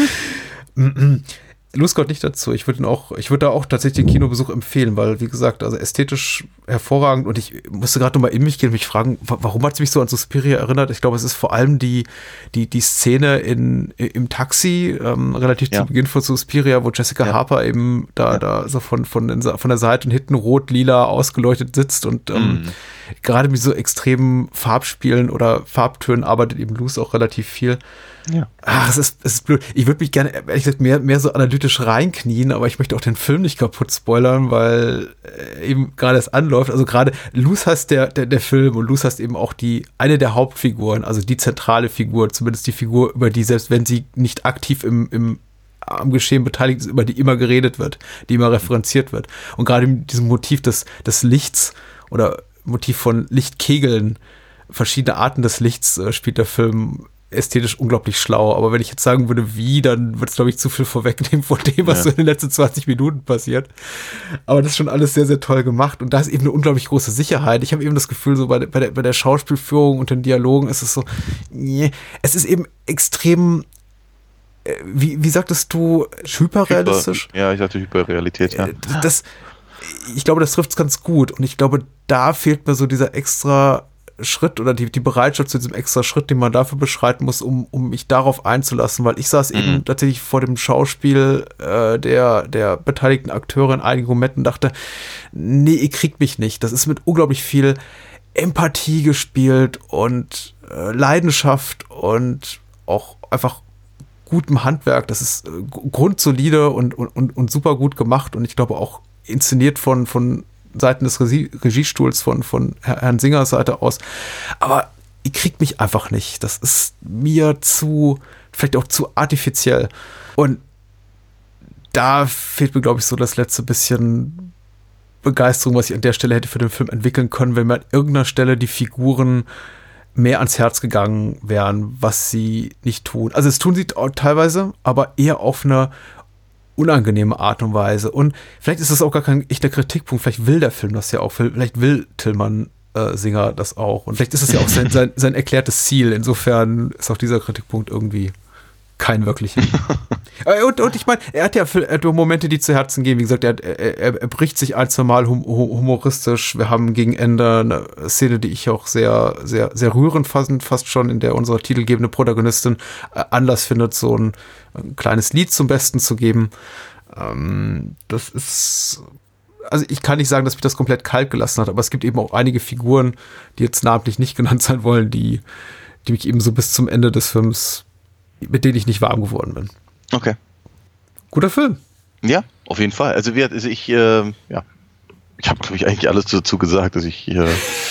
Lust Gott nicht dazu. Ich würde auch, ich würde da auch tatsächlich den Kinobesuch empfehlen, weil, wie gesagt, also ästhetisch hervorragend und ich musste gerade nochmal in mich gehen und mich fragen, warum hat es mich so an Suspiria erinnert? Ich glaube, es ist vor allem die, die, die Szene in, im Taxi, ähm, relativ ja. zu Beginn von Suspiria, wo Jessica ja. Harper eben da, ja. da so von, von, den, von der Seite und hinten rot-lila ausgeleuchtet sitzt und ähm, mm. gerade mit so extremen Farbspielen oder Farbtönen arbeitet eben Luz auch relativ viel. Ja. Ach, es ist, es ist blöd. Ich würde mich gerne, ehrlich gesagt, mehr, mehr so analytisch reinknien, aber ich möchte auch den Film nicht kaputt spoilern, weil äh, eben gerade es anläuft. Also gerade Luz heißt der, der, der Film und Luz heißt eben auch die, eine der Hauptfiguren, also die zentrale Figur, zumindest die Figur, über die, selbst wenn sie nicht aktiv im, im am Geschehen beteiligt ist, über die immer geredet wird, die immer referenziert wird. Und gerade mit diesem Motiv des, des Lichts oder Motiv von Lichtkegeln, verschiedene Arten des Lichts äh, spielt der Film ästhetisch unglaublich schlau, aber wenn ich jetzt sagen würde, wie, dann wird es, glaube ich, zu viel vorwegnehmen von dem, was ja. so in den letzten zwanzig Minuten passiert. Aber das ist schon alles sehr, sehr toll gemacht und da ist eben eine unglaublich große Sicherheit. Ich habe eben das Gefühl, so bei, bei, der, bei der Schauspielführung und den Dialogen ist es so, nee, es ist eben extrem, äh, wie, wie sagtest du, hyperrealistisch? Hyper, ja, ich sagte Hyperrealität, ja. Das, ich glaube, das trifft es ganz gut und ich glaube, da fehlt mir so dieser extra Schritt oder die, die Bereitschaft zu diesem extra Schritt, den man dafür beschreiten muss, um, um mich darauf einzulassen, weil ich saß mhm. eben tatsächlich vor dem Schauspiel äh, der, der beteiligten Akteure in einigen Momenten und dachte, nee, ihr kriegt mich nicht. Das ist mit unglaublich viel Empathie gespielt und äh, Leidenschaft und auch einfach gutem Handwerk. Das ist äh, grundsolide und, und, und, und super gut gemacht und ich glaube auch inszeniert von, von Seiten des Regie- Regiestuhls von, von Herrn Singers Seite aus. Aber ihr kriegt mich einfach nicht. Das ist mir zu, vielleicht auch zu artifiziell. Und da fehlt mir, glaube ich, so das letzte bisschen Begeisterung, was ich an der Stelle hätte für den Film entwickeln können, wenn mir an irgendeiner Stelle die Figuren mehr ans Herz gegangen wären, was sie nicht tun. Also es tun sie auch teilweise, aber eher auf eine unangenehme Art und Weise. Und vielleicht ist das auch gar kein echter Kritikpunkt. Vielleicht will der Film das ja auch. Vielleicht will Tillmann äh, Singer das auch. Und vielleicht ist es ja auch sein, sein, sein erklärtes Ziel. Insofern ist auch dieser Kritikpunkt irgendwie kein wirklicher. und, und ich meine, er hat ja er hat Momente, die zu Herzen gehen. Wie gesagt, er, er, er bricht sich ein, zwei Mal hum, humoristisch. Wir haben gegen Ende eine Szene, die ich auch sehr, sehr, sehr rührend fast, fast schon, in der unsere titelgebende Protagonistin äh, Anlass findet, so ein, ein kleines Lied zum Besten zu geben. Ähm, das ist, also ich kann nicht sagen, dass mich das komplett kalt gelassen hat, aber es gibt eben auch einige Figuren, die jetzt namentlich nicht genannt sein wollen, die, die mich eben so bis zum Ende des Films, mit denen ich nicht warm geworden bin. Okay. Guter Film. Ja, auf jeden Fall. Also, wir, also ich, äh, ja, ich habe, glaube ich, eigentlich alles dazu gesagt, dass ich, äh,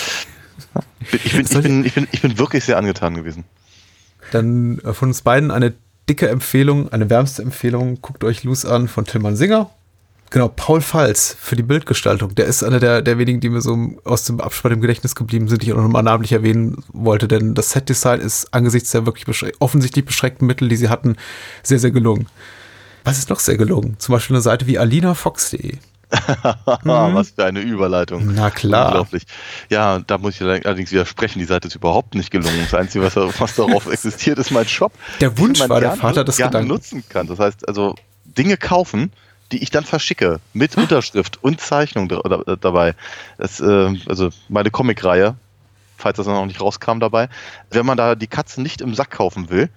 ich, bin, ich, bin, ich, bin, ich bin wirklich sehr angetan gewesen. Dann äh, von uns beiden eine dicke Empfehlung, eine wärmste Empfehlung. Guckt euch Luz an von Tillmann Singer. Genau, Paul Falz für die Bildgestaltung. Der ist einer der, der wenigen, die mir so aus dem Abspann im Gedächtnis geblieben sind, die ich auch noch mal namentlich erwähnen wollte, denn das Setdesign ist angesichts der wirklich beschrän- offensichtlich beschränkten Mittel, die sie hatten, sehr, sehr gelungen. Was ist noch sehr gelungen? Zum Beispiel eine Seite wie alina fox punkt de. mhm. Was für eine Überleitung. Na klar. Unglaublich. Ja, da muss ich allerdings widersprechen, die Seite ist überhaupt nicht gelungen. Das Einzige, was, was darauf existiert, ist mein Shop. Der Wunsch war der Vater des Gedanken. Nutzen kann. Das heißt, also Dinge kaufen, die ich dann verschicke, mit Unterschrift und Zeichnung da, da, dabei. Das, äh, also meine Comic-Reihe, falls das noch nicht rauskam dabei. Wenn man da die Katzen nicht im Sack kaufen will,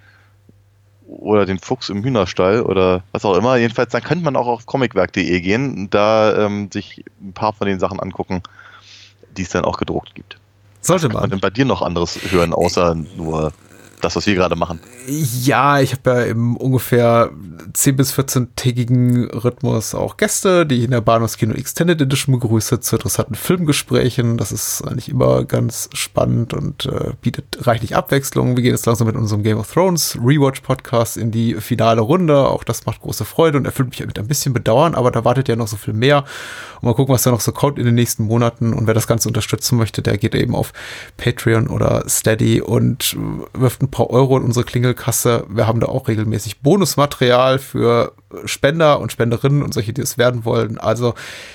oder den Fuchs im Hühnerstall oder was auch immer, jedenfalls, dann könnte man auch auf comicwerk punkt de gehen und da ähm, sich ein paar von den Sachen angucken, die es dann auch gedruckt gibt. Sollte man. Kann man man. denn bei dir noch anderes hören, außer nur das, was wir gerade machen? Ja, ich habe ja im ungefähr zehn bis vierzehn-tägigen Rhythmus auch Gäste, die ich in der Bahnhofskino Extended Edition begrüße zu interessanten Filmgesprächen. Das ist eigentlich immer ganz spannend und äh, bietet reichlich Abwechslung. Wir gehen jetzt langsam mit unserem Game of Thrones Rewatch Podcast in die finale Runde. Auch das macht große Freude und erfüllt mich mit ein bisschen Bedauern, aber da wartet ja noch so viel mehr. Und mal gucken, was da noch so kommt in den nächsten Monaten. Und wer das Ganze unterstützen möchte, der geht eben auf Patreon oder Steady und wirft ein paar Euro in unsere Klingelkasse. Wir haben da auch regelmäßig Bonusmaterial für Spender und Spenderinnen und solche, die es werden wollen. Also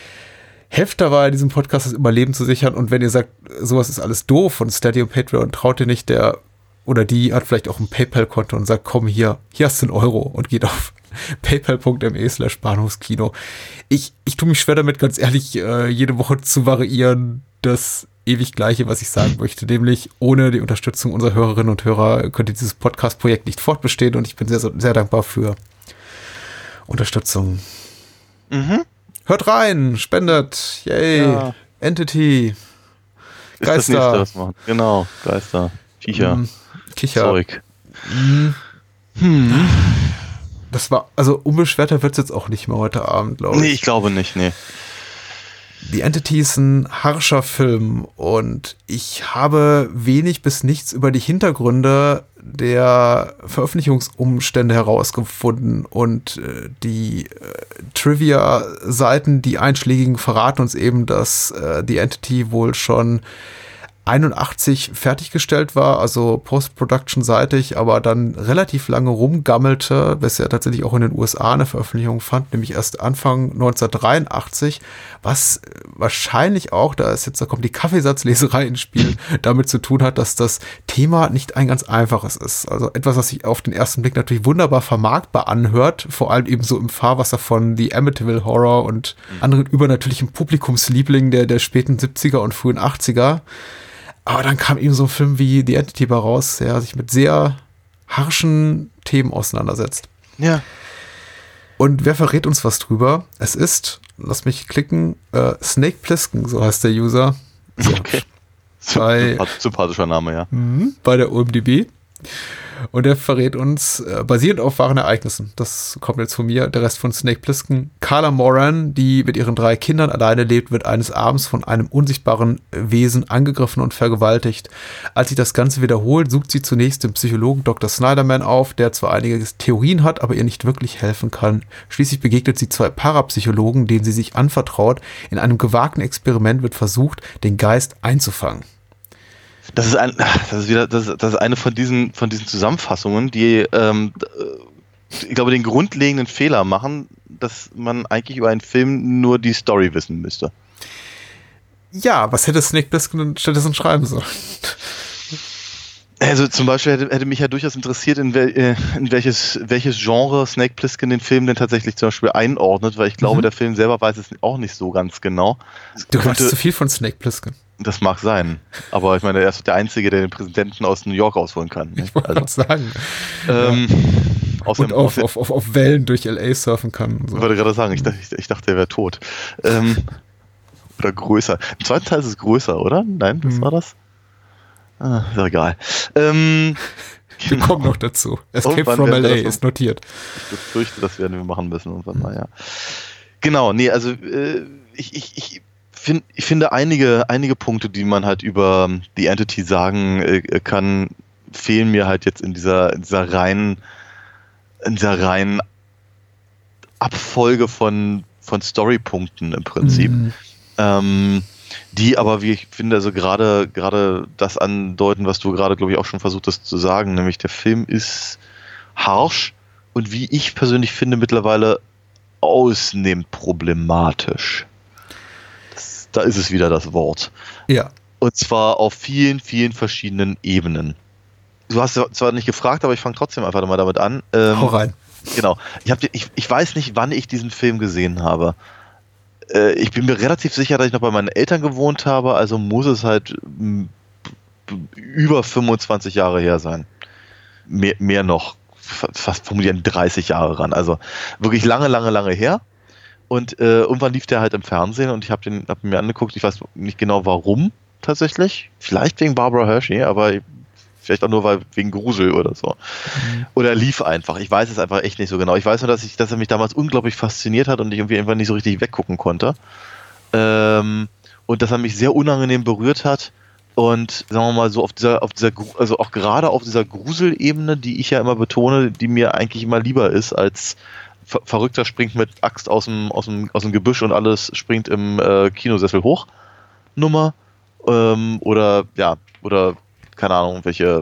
helft dabei, diesem Podcast das Überleben zu sichern. Und wenn ihr sagt, sowas ist alles doof von Steady und Patreon, traut ihr nicht, der oder die hat vielleicht auch ein PayPal-Konto und sagt, komm hier, hier hast du einen Euro und geht auf paypal.me slash Bahnhofskino. Ich, ich tue mich schwer damit, ganz ehrlich, äh, jede Woche zu variieren, das ewig Gleiche, was ich sagen möchte, nämlich ohne die Unterstützung unserer Hörerinnen und Hörer könnte dieses Podcast-Projekt nicht fortbestehen und ich bin sehr, sehr dankbar für Unterstützung. Mhm. Hört rein, spendet, yay, Ja. Entity, Ist das nächste, Geister, was wir machen. Genau, Geister, Viecher, mm, Kicher. Zeug. Mm. Hm. Das war, also unbeschwerter wird es jetzt auch nicht mehr heute Abend, glaube ich. Nee, ich glaube nicht, nee. The Entity ist ein harscher Film und ich habe wenig bis nichts über die Hintergründe der Veröffentlichungsumstände herausgefunden und äh, die äh, Trivia-Seiten, die einschlägigen, verraten uns eben, dass äh, The Entity wohl schon einundachtzig fertiggestellt war, also Post-Production-seitig, aber dann relativ lange rumgammelte, bis er tatsächlich auch in den U S A eine Veröffentlichung fand, nämlich erst Anfang neunzehnhundertdreiundachtzig, was wahrscheinlich auch, da ist jetzt, da kommt die Kaffeesatzleserei ins Spiel, damit zu tun hat, dass das Thema nicht ein ganz einfaches ist. Also etwas, was sich auf den ersten Blick natürlich wunderbar vermarktbar anhört, vor allem eben so im Fahrwasser von The Amityville Horror und mhm. anderen übernatürlichen Publikumslieblingen der, der späten siebziger und frühen achtziger. Aber dann kam eben so ein Film wie The Entity raus, der sich mit sehr harschen Themen auseinandersetzt. Ja. Und wer verrät uns was drüber? Es ist, lass mich klicken, äh, Snake Plissken, so heißt der User. So. Okay. Bei, Sympathischer Name, ja. Mhm, bei der O M D B. Und er verrät uns, äh, basierend auf wahren Ereignissen, das kommt jetzt von mir, der Rest von Snake Plissken, Carla Moran, die mit ihren drei Kindern alleine lebt, wird eines Abends von einem unsichtbaren Wesen angegriffen und vergewaltigt. Als sich das Ganze wiederholt, sucht sie zunächst den Psychologen Doktor Snyderman auf, der zwar einige Theorien hat, aber ihr nicht wirklich helfen kann. Schließlich begegnet sie zwei Parapsychologen, denen sie sich anvertraut. In einem gewagten Experiment wird versucht, den Geist einzufangen. Das ist, ein, das ist wieder, das ist, das ist eine von diesen, von diesen Zusammenfassungen, die, ähm, ich glaube, den grundlegenden Fehler machen, dass man eigentlich über einen Film nur die Story wissen müsste. Ja, was hätte Snake Plissken stattdessen schreiben sollen? Also zum Beispiel hätte, hätte mich ja durchaus interessiert, in, wel, in welches, welches Genre Snake Plissken den Film denn tatsächlich zum Beispiel einordnet, weil ich glaube, mhm. der Film selber weiß es auch nicht so ganz genau. Du weißt zu viel von Snake Plissken. Das mag sein, aber ich meine, er ist der Einzige, der den Präsidenten aus New York rausholen kann. Nicht? Ich wollte also, sagen. Ähm, ja. Und auf, auf, auf, auf Wellen durch L A surfen kann. Ich so. wollte gerade sagen, ich dachte, ich, ich dachte er wäre tot. Ähm, oder größer. Im zweiten Teil ist es größer, oder? Nein, was hm. war das? Ah, ist doch egal. Ähm, wir genau. kommen noch dazu. Escape from L A ist notiert. Ich befürchte, das werden wir machen müssen. Und dann, naja. Genau, nee, also äh, ich, ich, ich Find, ich finde einige, einige Punkte, die man halt über The Entity sagen äh, kann, fehlen mir halt jetzt in dieser, in dieser reinen, in dieser reinen Abfolge von, von Storypunkten im Prinzip. Mhm. Ähm, die aber, wie ich finde, also gerade, gerade das andeuten, was du gerade, glaube ich, auch schon versucht hast zu sagen, nämlich der Film ist harsch und wie ich persönlich finde, mittlerweile ausnehmend problematisch. Da ist es wieder das Wort. Ja. Und zwar auf vielen, vielen verschiedenen Ebenen. Du hast zwar nicht gefragt, aber ich fange trotzdem einfach mal damit an. Ähm, Hau rein. Genau. Ich, hab, ich, ich weiß nicht, wann ich diesen Film gesehen habe. Äh, ich bin mir relativ sicher, dass ich noch bei meinen Eltern gewohnt habe, also muss es halt m, über fünfundzwanzig Jahre her sein. Mehr, mehr noch, fast formulieren dreißig Jahre ran. Also wirklich lange, lange, lange her. Und äh, irgendwann lief der halt im Fernsehen und ich habe den hab mir angeguckt. Ich weiß nicht genau warum tatsächlich. Vielleicht wegen Barbara Hershey, aber vielleicht auch nur weil wegen Grusel oder so. Mhm. Oder lief einfach. Ich weiß es einfach echt nicht so genau. Ich weiß nur, dass, ich, dass er mich damals unglaublich fasziniert hat und ich irgendwie einfach nicht so richtig weggucken konnte. Ähm, und dass er mich sehr unangenehm berührt hat. Und sagen wir mal so auf dieser, auf dieser, also auch gerade auf dieser Gruselebene, die ich ja immer betone, die mir eigentlich immer lieber ist als Ver- Verrückter springt mit Axt aus dem, aus dem, aus dem Gebüsch und alles springt im äh, Kinosessel hoch. Nummer. Ähm, oder, ja, oder, keine Ahnung, welche,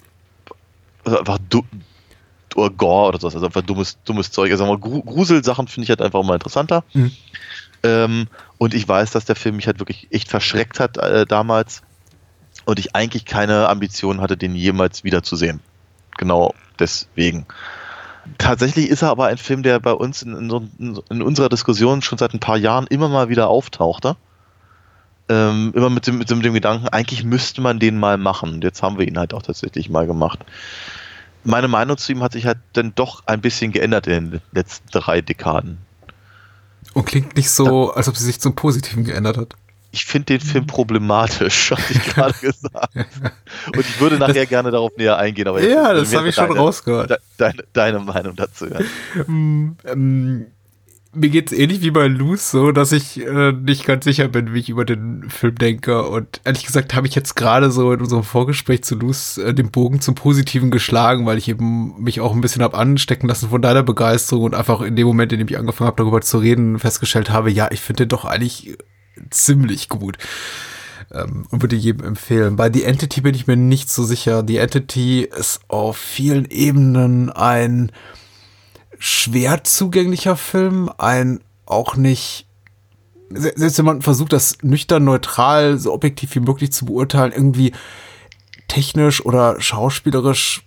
also einfach du, oder Gore oder sowas, also einfach dummes, dummes Zeug. Also mal Gru- Gruselsachen finde ich halt einfach mal interessanter. Mhm. Ähm, und ich weiß, dass der Film mich halt wirklich echt verschreckt hat äh, damals. Und ich eigentlich keine Ambition hatte, den jemals wiederzusehen. Genau deswegen. Tatsächlich ist er aber ein Film, der bei uns in, in, so, in unserer Diskussion schon seit ein paar Jahren immer mal wieder auftauchte. Ähm, immer mit dem, mit dem Gedanken, eigentlich müsste man den mal machen. Und jetzt haben wir ihn halt auch tatsächlich mal gemacht. Meine Meinung zu ihm hat sich halt dann doch ein bisschen geändert in den letzten drei Dekaden. Und klingt nicht so, als ob sie sich zum Positiven geändert hat. Ich finde den Film problematisch, hatte ich gerade gesagt. Und ich würde nachher das, gerne darauf näher eingehen. Aber ja, das habe ich schon deine, rausgehört. De, deine, deine Meinung dazu hören. Mm, ähm, mir geht es ähnlich wie bei Luz so, dass ich äh, nicht ganz sicher bin, wie ich über den Film denke. Und ehrlich gesagt habe ich jetzt gerade so in unserem Vorgespräch zu Luz äh, den Bogen zum Positiven geschlagen, weil ich eben mich auch ein bisschen habe anstecken lassen von deiner Begeisterung und einfach in dem Moment, in dem ich angefangen habe, darüber zu reden, festgestellt habe, ja, ich finde den doch eigentlich ziemlich gut ähm, und würde jedem empfehlen. Bei The Entity bin ich mir nicht so sicher. The Entity ist auf vielen Ebenen ein schwer zugänglicher Film, ein auch nicht, selbst wenn man versucht, das nüchtern, neutral, so objektiv wie möglich zu beurteilen, irgendwie technisch oder schauspielerisch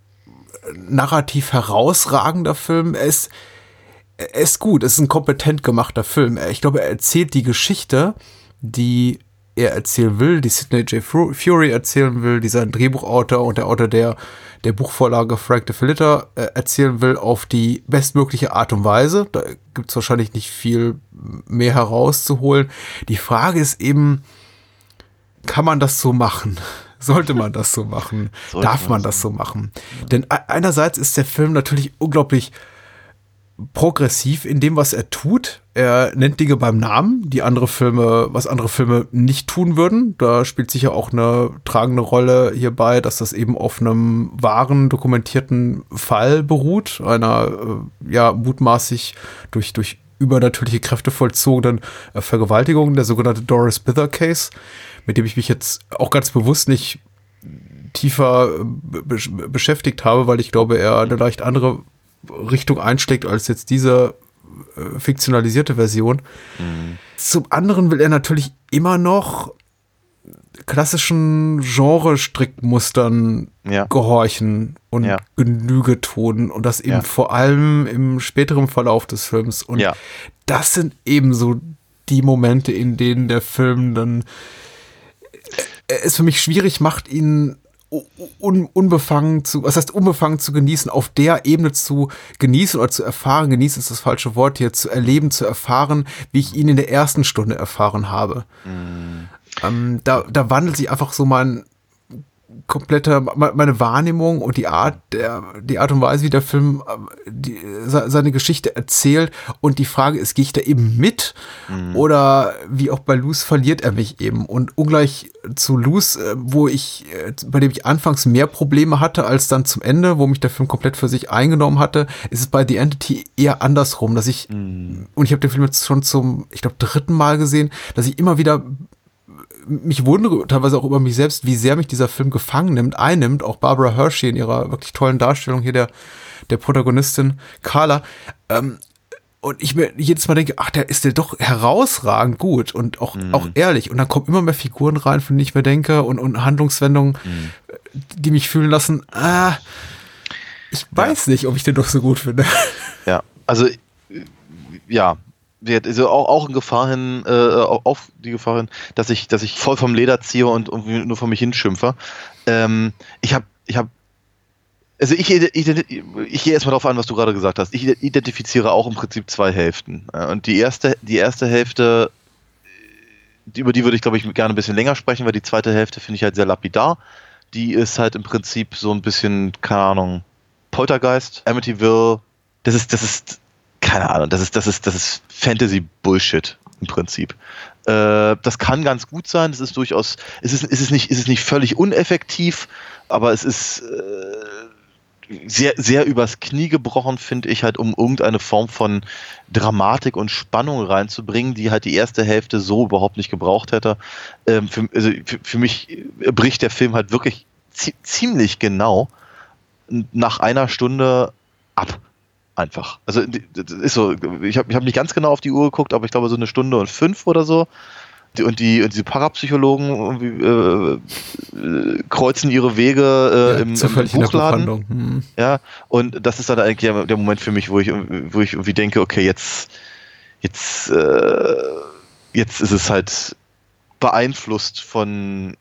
narrativ herausragender Film. Er ist Er ist gut, es ist ein kompetent gemachter Film. Ich glaube, er erzählt die Geschichte, die er erzählen will, die Sidney J. Fury erzählen will, die sein Drehbuchautor und der Autor der, der Buchvorlage Frank de Felitta äh, erzählen will, auf die bestmögliche Art und Weise. Da gibt es wahrscheinlich nicht viel mehr herauszuholen. Die Frage ist eben, kann man das so machen? Sollte man das so machen? Darf man das so machen? Denn einerseits ist der Film natürlich unglaublich progressiv in dem, was er tut. Er nennt Dinge beim Namen, die andere Filme, was andere Filme nicht tun würden. Da spielt sicher auch eine tragende Rolle hierbei, dass das eben auf einem wahren, dokumentierten Fall beruht, einer äh, ja mutmaßlich durch, durch übernatürliche Kräfte vollzogenen äh, Vergewaltigung, der sogenannte Doris Bither Case, mit dem ich mich jetzt auch ganz bewusst nicht tiefer be- beschäftigt habe, weil ich glaube, er eine leicht andere Richtung einschlägt als jetzt diese äh, fiktionalisierte Version. Mhm. Zum anderen will er natürlich immer noch klassischen Genre-Strickmustern ja. gehorchen und ja. Genüge tun und das eben ja. vor allem im späteren Verlauf des Films. Und ja. das sind eben so die Momente, in denen der Film dann äh, es für mich schwierig macht, ihn Un, unbefangen zu, was heißt unbefangen zu genießen, auf der Ebene zu genießen oder zu erfahren, genießen ist das falsche Wort hier, zu erleben, zu erfahren, wie ich ihn in der ersten Stunde erfahren habe. Mhm. Ähm, da, da wandelt sich einfach so mein komplette, meine Wahrnehmung und die Art, der, die Art und Weise, wie der Film die, seine Geschichte erzählt. Und die Frage ist, gehe ich da eben mit? Mhm. Oder wie auch bei Luz verliert er mich eben? Und ungleich zu Luz, wo ich, bei dem ich anfangs mehr Probleme hatte als dann zum Ende, wo mich der Film komplett für sich eingenommen hatte, ist es bei The Entity eher andersrum, dass ich, mhm. und ich habe den Film jetzt schon zum, ich glaube, dritten Mal gesehen, dass ich immer wieder mich wundere teilweise auch über mich selbst, wie sehr mich dieser Film gefangen nimmt, einnimmt, auch Barbara Hershey in ihrer wirklich tollen Darstellung hier der, der Protagonistin Carla. Ähm, und ich mir jedes Mal denke, ach, der ist der doch herausragend gut und auch, mhm. auch ehrlich. Und dann kommen immer mehr Figuren rein, von denen ich mir denke, und, und Handlungswendungen, mhm. die mich fühlen lassen, ah, ich weiß ja. nicht, ob ich den doch so gut finde. Ja, also, ja, also auch, auch in Gefahr hin, äh, auf die Gefahr hin, dass ich, dass ich voll vom Leder ziehe und irgendwie nur vor mich hinschimpfe. Ähm, ich habe, ich habe, also ich, ich, ich gehe erstmal darauf an, was du gerade gesagt hast. Ich identifiziere auch im Prinzip zwei Hälften. Und die erste, die erste Hälfte, über die würde ich, glaube ich, gerne ein bisschen länger sprechen, weil die zweite Hälfte finde ich halt sehr lapidar. Die ist halt im Prinzip so ein bisschen, keine Ahnung, Poltergeist, Amityville. Das ist, das ist, keine Ahnung, das ist, das ist, das ist Fantasy-Bullshit im Prinzip. Äh, das kann ganz gut sein. Das ist durchaus, es ist, es ist nicht, es ist nicht völlig uneffektiv, aber es ist äh, sehr, sehr übers Knie gebrochen, finde ich, halt, um irgendeine Form von Dramatik und Spannung reinzubringen, die halt die erste Hälfte so überhaupt nicht gebraucht hätte. Ähm, für, also für, für mich bricht der Film halt wirklich zie- ziemlich genau nach einer Stunde ab. Einfach. Also das ist so, ich habe ich hab nicht ganz genau auf die Uhr geguckt, aber ich glaube so eine Stunde und fünf oder so. Und die und diese Parapsychologen irgendwie, äh, äh, kreuzen ihre Wege äh, ja, im, im Buchladen. Hm. Ja, und das ist dann eigentlich der Moment für mich, wo ich, wo ich irgendwie denke, okay, jetzt, jetzt, äh, jetzt ist es halt beeinflusst von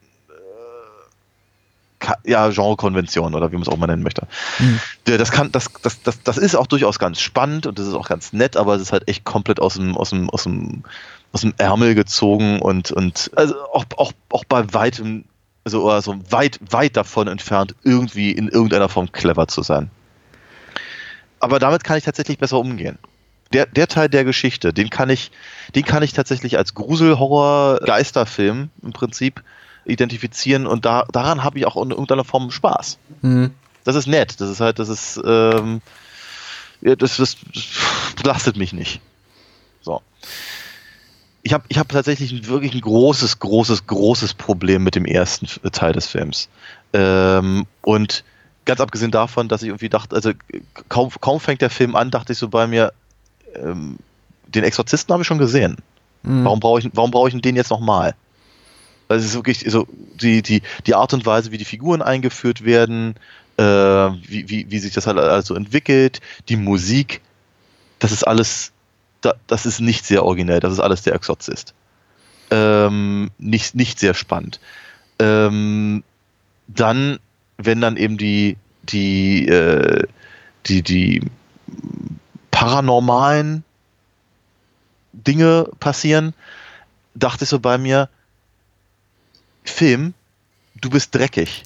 ja, Genrekonvention oder wie man es auch mal nennen möchte. Mhm. Das kann, das, das, das, das ist auch durchaus ganz spannend und das ist auch ganz nett, aber es ist halt echt komplett aus dem, aus dem, aus dem, aus dem Ärmel gezogen und, und also auch, auch, auch bei weitem, also, also weit, weit davon entfernt, irgendwie in irgendeiner Form clever zu sein. Aber damit kann ich tatsächlich besser umgehen. Der, der Teil der Geschichte, den kann ich, den kann ich tatsächlich als Grusel-Horror-Geisterfilm im Prinzip identifizieren und da, daran habe ich auch in irgendeiner Form Spaß. Mhm. Das ist nett, das ist halt, das ist, ähm, ja, das, das, das belastet mich nicht. So. Ich habe ich hab tatsächlich wirklich ein großes, großes, großes Problem mit dem ersten Teil des Films. Ähm, und ganz abgesehen davon, dass ich irgendwie dachte, also kaum, kaum fängt der Film an, dachte ich so bei mir, ähm, den Exorzisten habe ich schon gesehen. Mhm. Warum brauche ich, warum brauche ich den jetzt nochmal? Also es ist wirklich so die, die, die Art und Weise, wie die Figuren eingeführt werden, äh, wie, wie, wie sich das halt alles so entwickelt, die Musik, das ist alles, da, das ist nicht sehr originell, das ist alles der Exorzist. Ähm, nicht, nicht sehr spannend. Ähm, dann, wenn dann eben die, die, äh, die, die paranormalen Dinge passieren, dachte ich so bei mir, Film, du bist dreckig.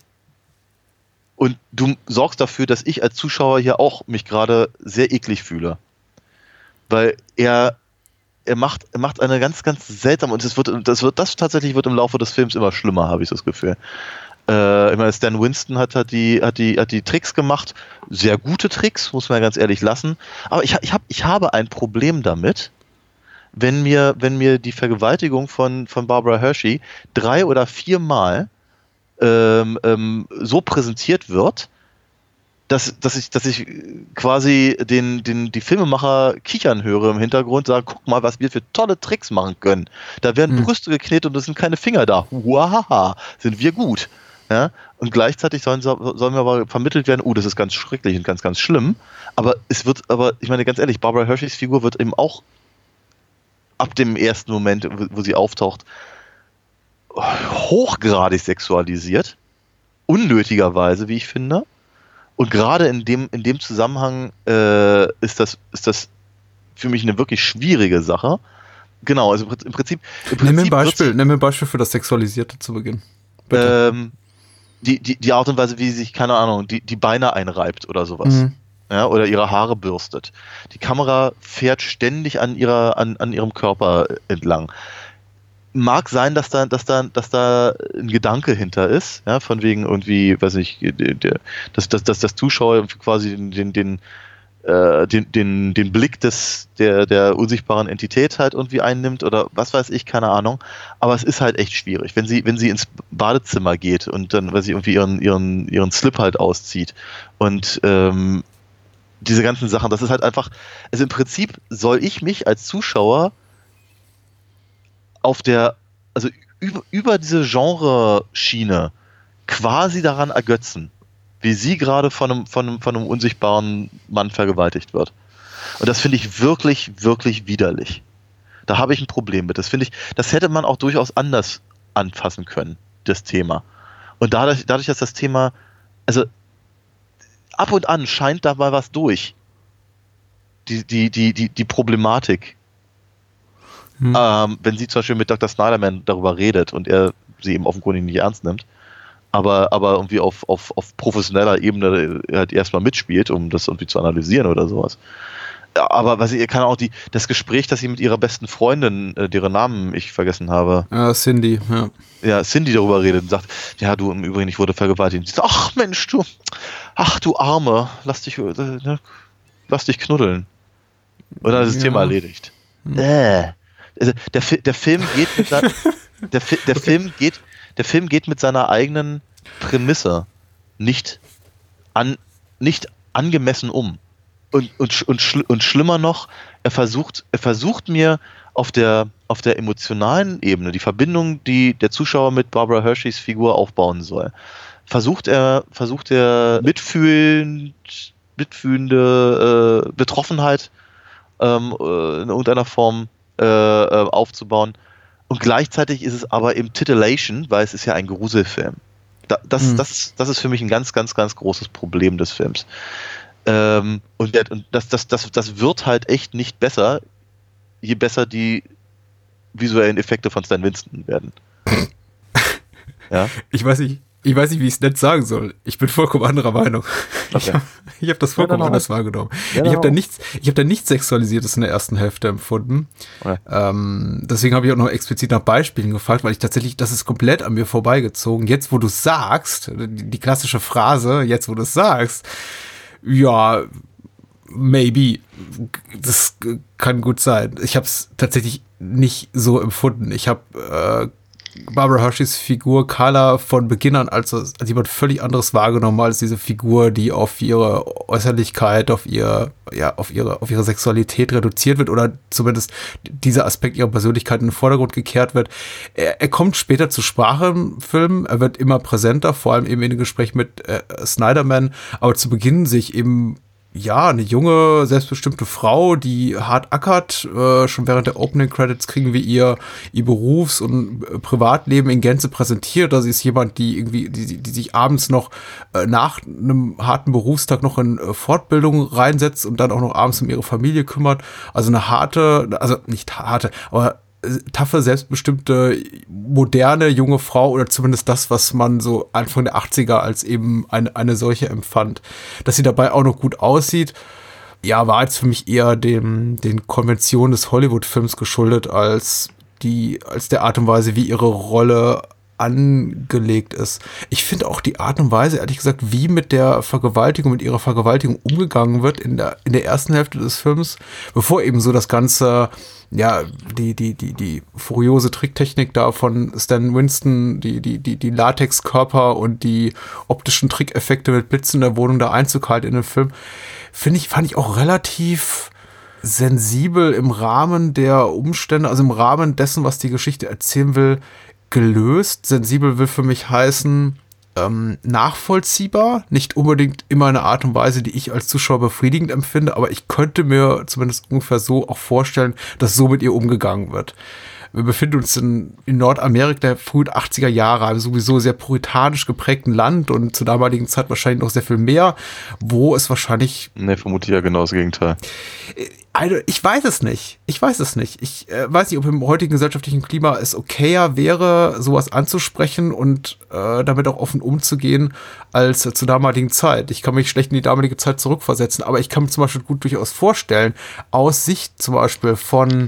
Und du sorgst dafür, dass ich als Zuschauer hier auch mich gerade sehr eklig fühle. Weil er, er macht, er macht eine ganz, ganz seltsame, und es wird, das wird, das tatsächlich wird im Laufe des Films immer schlimmer, habe ich so das Gefühl. Äh, ich meine, Stan Winston hat, hat die, hat die, hat die Tricks gemacht. Sehr gute Tricks, muss man ja ganz ehrlich lassen. Aber ich, ich, hab, ich habe ein Problem damit, wenn mir, wenn mir die Vergewaltigung von, von Barbara Hershey drei oder viermal ähm, ähm, so präsentiert wird, dass, dass ich, dass ich quasi den, den, die Filmemacher kichern höre im Hintergrund, sagen, guck mal, was wir für tolle Tricks machen können. Da werden hm. Brüste geknetet und es sind keine Finger da. Wahaha, sind wir gut. Ja? Und gleichzeitig sollen, sollen mir aber vermittelt werden, oh, das ist ganz schrecklich und ganz, ganz schlimm. Aber es wird, aber ich meine ganz ehrlich, Barbara Hersheys Figur wird eben auch ab dem ersten Moment, wo sie auftaucht, hochgradig sexualisiert. Unnötigerweise, wie ich finde. Und gerade in dem, in dem Zusammenhang äh, ist, das, ist das für mich eine wirklich schwierige Sache. Genau, also im Prinzip... Im Prinzip nimm, mir ein Beispiel, nimm mir ein Beispiel für das Sexualisierte zu Beginn. Bitte. Ähm, die, die, die Art und Weise, wie sie sich, keine Ahnung, die, die Beine einreibt oder sowas. Mhm. Ja, oder ihre Haare bürstet. Die Kamera fährt ständig an ihrer, an, an ihrem Körper entlang. Mag sein, dass da, dass da, dass da ein Gedanke hinter ist, ja, von wegen irgendwie, weiß nicht, der, dass, dass, dass das Zuschauer quasi den, den, den, äh, den, den, den Blick des, der, der unsichtbaren Entität halt irgendwie einnimmt oder was weiß ich, keine Ahnung. Aber es ist halt echt schwierig, wenn sie, wenn sie ins Badezimmer geht und dann, weiß ich, irgendwie ihren, ihren, ihren Slip halt auszieht und ähm, diese ganzen Sachen, das ist halt einfach, also im Prinzip soll ich mich als Zuschauer auf der, also über, über diese Genre-Schiene quasi daran ergötzen, wie sie gerade von einem, von einem, von einem unsichtbaren Mann vergewaltigt wird. Und das finde ich wirklich, wirklich widerlich. Da habe ich ein Problem mit. Das finde ich, das hätte man auch durchaus anders anfassen können, das Thema. Und dadurch, dadurch, dass das Thema, also ab und an scheint da mal was durch. Die, die, die, die, die Problematik. Hm. Ähm, wenn sie zum Beispiel mit Doktor Snyderman darüber redet und er sie eben offenkundig nicht ernst nimmt, aber, aber irgendwie auf, auf, auf professioneller Ebene halt erstmal mitspielt, um das irgendwie zu analysieren oder sowas. Aber was ich kann auch die, das Gespräch, das sie mit ihrer besten Freundin, äh, deren Namen ich vergessen habe. Ja, Cindy, ja. Ja, Cindy darüber redet und sagt, ja, du, im Übrigen, ich wurde vergewaltigt. Sie sagt, ach Mensch, du, ach du Arme, lass dich, äh, ne, lass dich knuddeln. Und dann ist das ja. Thema erledigt. Hm. Äh. Also der, der Film geht mit seiner, der, der okay. Film geht, der Film geht mit seiner eigenen Prämisse nicht an, nicht angemessen um. Und, und, und, schl- und schlimmer noch, er versucht, er versucht mir auf der, auf der emotionalen Ebene, die Verbindung, die der Zuschauer mit Barbara Hersheys Figur aufbauen soll, versucht er, versucht er mitfühlend, mitfühlende äh, Betroffenheit ähm, äh, in irgendeiner Form äh, äh, aufzubauen. Und gleichzeitig ist es aber eben Titillation, weil es ist ja ein Gruselfilm. Da, das, mhm. das, das ist für mich ein ganz, ganz, ganz großes Problem des Films. Ähm, und das, das, das, das wird halt echt nicht besser, je besser die visuellen Effekte von Stan Winston werden. Ja? Ich weiß nicht, ich weiß nicht, wie ich es nett sagen soll. Ich bin vollkommen anderer Meinung. Okay. Ich habe hab das vollkommen ja, anders wahrgenommen. Ja, ich habe da nichts, ich habe da nichts Sexualisiertes in der ersten Hälfte empfunden. Okay. Ähm, deswegen habe ich auch noch explizit nach Beispielen gefragt, weil ich tatsächlich, das ist komplett an mir vorbeigezogen. Jetzt, wo du es sagst, die, die klassische Phrase, jetzt, wo du es sagst, ja, maybe. Das kann gut sein. Ich habe es tatsächlich nicht so empfunden. Ich habe äh, Barbara Hersheys Figur Carla von Beginn an als, als jemand völlig anderes wahrgenommen als diese Figur, die auf ihre Äußerlichkeit, auf ihr, ja, auf ihre, auf ihre Sexualität reduziert wird oder zumindest dieser Aspekt ihrer Persönlichkeit in den Vordergrund gekehrt wird. Er, er kommt später zur Sprache im Film, er wird immer präsenter, vor allem eben in dem Gespräch mit äh, Snyderman, aber zu Beginn sich eben ja, eine junge, selbstbestimmte Frau, die hart ackert. Äh, schon während der Opening Credits kriegen wir ihr ihr Berufs- und Privatleben in Gänze präsentiert. Also sie ist jemand, die irgendwie, die, die sich abends noch äh, nach einem harten Berufstag noch in äh, Fortbildung reinsetzt und dann auch noch abends um ihre Familie kümmert. Also eine harte, also nicht harte, aber taffe, selbstbestimmte, moderne, junge Frau oder zumindest das, was man so Anfang der achtziger als eben eine, eine solche empfand. Dass sie dabei auch noch gut aussieht, ja, war jetzt für mich eher dem, den Konventionen des Hollywood-Films geschuldet, als die, als der Art und Weise, wie ihre Rolle angelegt ist. Ich finde auch die Art und Weise, ehrlich gesagt, wie mit der Vergewaltigung, mit ihrer Vergewaltigung umgegangen wird in der, in der ersten Hälfte des Films, bevor eben so das Ganze, ja, die, die, die, die furiose Tricktechnik da von Stan Winston, die, die, die, die Latexkörper und die optischen Trickeffekte mit Blitzen in der Wohnung da Einzug halten in den Film, finde ich, fand ich auch relativ sensibel im Rahmen der Umstände, also im Rahmen dessen, was die Geschichte erzählen will, gelöst. Sensibel will für mich heißen, ähm, nachvollziehbar, nicht unbedingt immer eine Art und Weise, die ich als Zuschauer befriedigend empfinde, aber ich könnte mir zumindest ungefähr so auch vorstellen, dass so mit ihr umgegangen wird. Wir befinden uns in, in Nordamerika der frühen achtziger Jahre, einem sowieso sehr puritanisch geprägten Land und zur damaligen Zeit wahrscheinlich noch sehr viel mehr, wo es wahrscheinlich... Ne, vermute ich ja genau das Gegenteil. Also, ich weiß es nicht. Ich weiß es nicht. Ich äh, weiß nicht, ob im heutigen gesellschaftlichen Klima es okayer wäre, sowas anzusprechen und äh, damit auch offen umzugehen, als äh, zur damaligen Zeit. Ich kann mich schlecht in die damalige Zeit zurückversetzen, aber ich kann mir zum Beispiel gut durchaus vorstellen, aus Sicht zum Beispiel von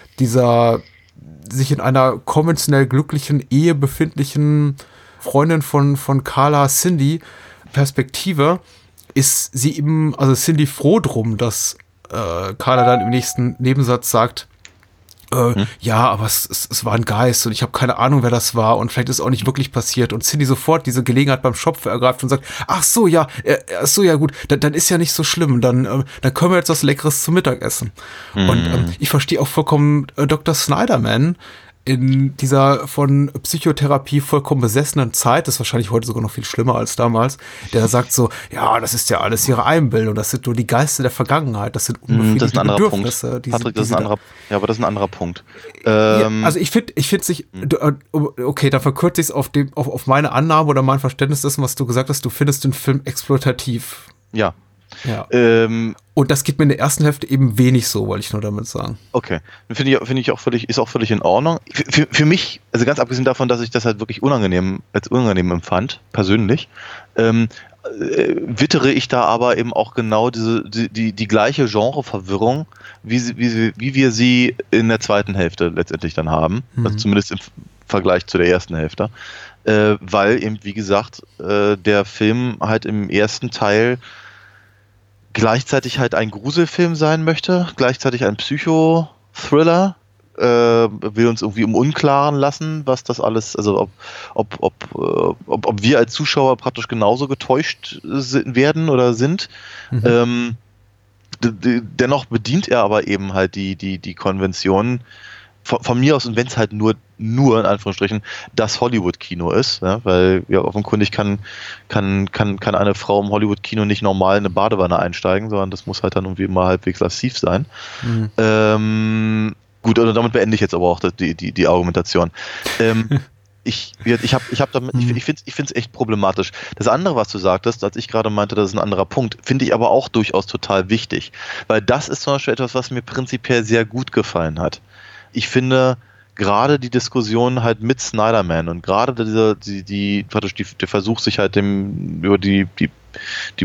dieser sich in einer konventionell glücklichen Ehe befindlichen Freundin von, von Carla, Cindy, Perspektive, ist sie eben, also Cindy froh drum, dass äh, Carla dann im nächsten Nebensatz sagt, äh, hm? ja, aber es, es, es war ein Geist und ich habe keine Ahnung, wer das war und vielleicht ist es auch nicht wirklich passiert und Cindy sofort diese Gelegenheit beim Schopf ergreift und sagt, ach so, ja, äh, ach so, ja gut, dann, dann ist ja nicht so schlimm, dann, äh, dann können wir jetzt was Leckeres zum Mittag essen. Hm. Und ähm, ich verstehe auch vollkommen äh, Doktor Snyderman in dieser von Psychotherapie vollkommen besessenen Zeit, das ist wahrscheinlich heute sogar noch viel schlimmer als damals, der sagt so, ja, das ist ja alles ihre Einbildung, das sind nur die Geister der Vergangenheit, das sind unbefriedigende Das ist ein anderer Punkt. Bedürfnisse. Die Patrick, sind, das ist ein anderer, ja, aber das ist ein anderer Punkt. Ähm, ja, also ich finde, ich finde sich, okay, dann verkürze ich es auf, dem, auf, auf meine Annahme oder mein Verständnis dessen, was du gesagt hast, du findest den Film exploitativ. Ja. Ja. Ähm, Und das geht mir in der ersten Hälfte eben wenig so, wollte ich nur damit sagen. Okay. Finde ich, finde ich auch völlig, ist auch völlig in Ordnung. Für, für, für mich, also ganz abgesehen davon, dass ich das halt wirklich unangenehm, als unangenehm empfand, persönlich, ähm, äh, wittere ich da aber eben auch genau diese, die, die, die gleiche Genreverwirrung, wie, sie, wie, sie, wie wir sie in der zweiten Hälfte letztendlich dann haben. Mhm. Also zumindest im Vergleich zu der ersten Hälfte. Äh, weil eben, wie gesagt, äh, der Film halt im ersten Teil gleichzeitig halt ein Gruselfilm sein möchte, gleichzeitig ein Psychothriller, äh, will uns irgendwie im Unklaren lassen, was das alles, also ob, ob, ob, ob, ob wir als Zuschauer praktisch genauso getäuscht werden oder sind. Mhm. Ähm, d- d- dennoch bedient er aber eben halt die, die, die Konventionen von, von mir aus, und wenn es halt nur, nur in Anführungsstrichen das Hollywood-Kino ist, ja, weil ja offenkundig kann, kann, kann, kann eine Frau im Hollywood-Kino nicht normal in eine Badewanne einsteigen, sondern das muss halt dann irgendwie immer halbwegs lassiv sein. Mhm. Ähm, gut, und damit beende ich jetzt aber auch die, die, die Argumentation. Ähm, ich ich habe ich hab damit, ich, ich finde es ich find's echt problematisch. Das andere, was du sagtest, als ich gerade meinte, das ist ein anderer Punkt, finde ich aber auch durchaus total wichtig, weil das ist zum Beispiel etwas, was mir prinzipiell sehr gut gefallen hat. Ich finde gerade die Diskussion halt mit Snyderman und gerade dieser, die, die, praktisch die, der Versuch, sich halt dem, über die, die, die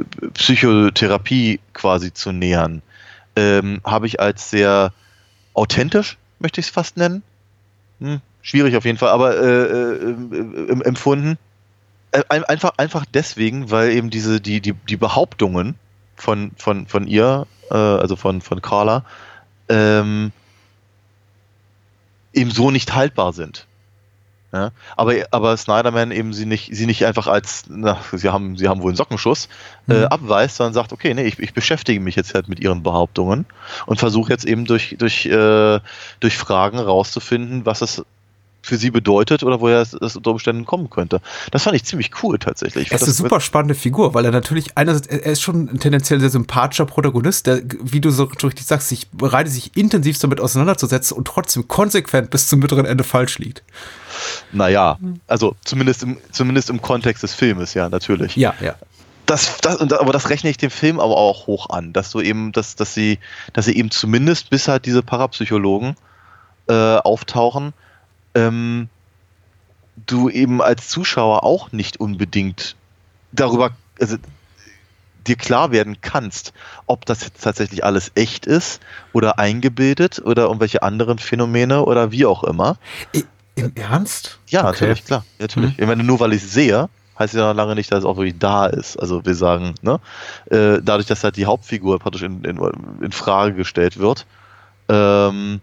Psychotherapie quasi zu nähern, ähm, habe ich als sehr authentisch, möchte ich es fast nennen. Hm, schwierig auf jeden Fall, aber äh, äh, empfunden. Äh, einfach, einfach deswegen, weil eben diese, die, die, die Behauptungen von, von, von ihr, äh, also von, von Carla, ähm, eben so nicht haltbar sind. Ja? Aber, aber Snyderman eben sie nicht, sie nicht einfach als, na, sie haben, sie haben wohl einen Sockenschuss, mhm. äh, abweist, sondern sagt, okay, nee, ich, ich beschäftige mich jetzt halt mit ihren Behauptungen und versuche jetzt eben durch, durch, äh, durch Fragen rauszufinden, was es für sie bedeutet oder woher es, es unter Umständen kommen könnte. Das fand ich ziemlich cool tatsächlich. Er ist eine super spannende Figur, weil er natürlich einerseits, er ist schon ein tendenziell sehr sympathischer Protagonist, der, wie du so richtig sagst, sich bereit, sich intensiv damit auseinanderzusetzen und trotzdem konsequent bis zum mittleren Ende falsch liegt. Naja, also zumindest im, zumindest im Kontext des Filmes, ja, natürlich. Ja, ja. Das, das, aber das rechne ich dem Film aber auch hoch an, dass du eben, dass, dass sie, dass sie eben zumindest bis halt diese Parapsychologen äh, auftauchen, ähm, du eben als Zuschauer auch nicht unbedingt darüber, also dir klar werden kannst, ob das jetzt tatsächlich alles echt ist oder eingebildet oder irgendwelche anderen Phänomene oder wie auch immer. Im Ernst? Ja, okay. natürlich, klar, natürlich. Mhm. Ich meine, nur weil ich es sehe, heißt ja noch lange nicht, dass es auch wirklich da ist. Also wir sagen, ne, äh, dadurch, dass halt die Hauptfigur praktisch in, in, in Frage gestellt wird, ähm,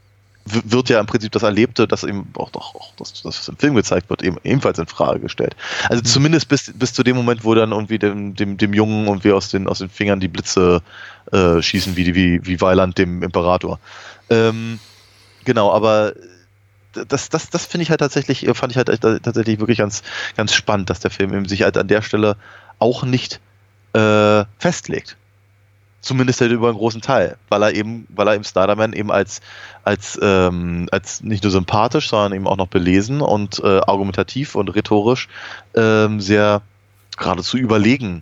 wird ja im Prinzip das Erlebte, das eben auch, auch, auch das, das im Film gezeigt wird, eben ebenfalls in Frage gestellt. Also mhm. zumindest bis, bis zu dem Moment, wo dann irgendwie dem, dem, dem Jungen und wir aus den, aus den Fingern die Blitze äh, schießen, wie, wie, wie Weiland dem Imperator. Ähm, genau, aber das, das, das finde ich halt tatsächlich, fand ich halt tatsächlich wirklich ganz, ganz spannend, dass der Film eben sich halt an der Stelle auch nicht äh, festlegt. Zumindest halt über einen großen Teil, weil er eben, weil er eben Snyderman eben als, als, ähm, als nicht nur sympathisch, sondern eben auch noch belesen und äh, argumentativ und rhetorisch ähm, sehr geradezu überlegen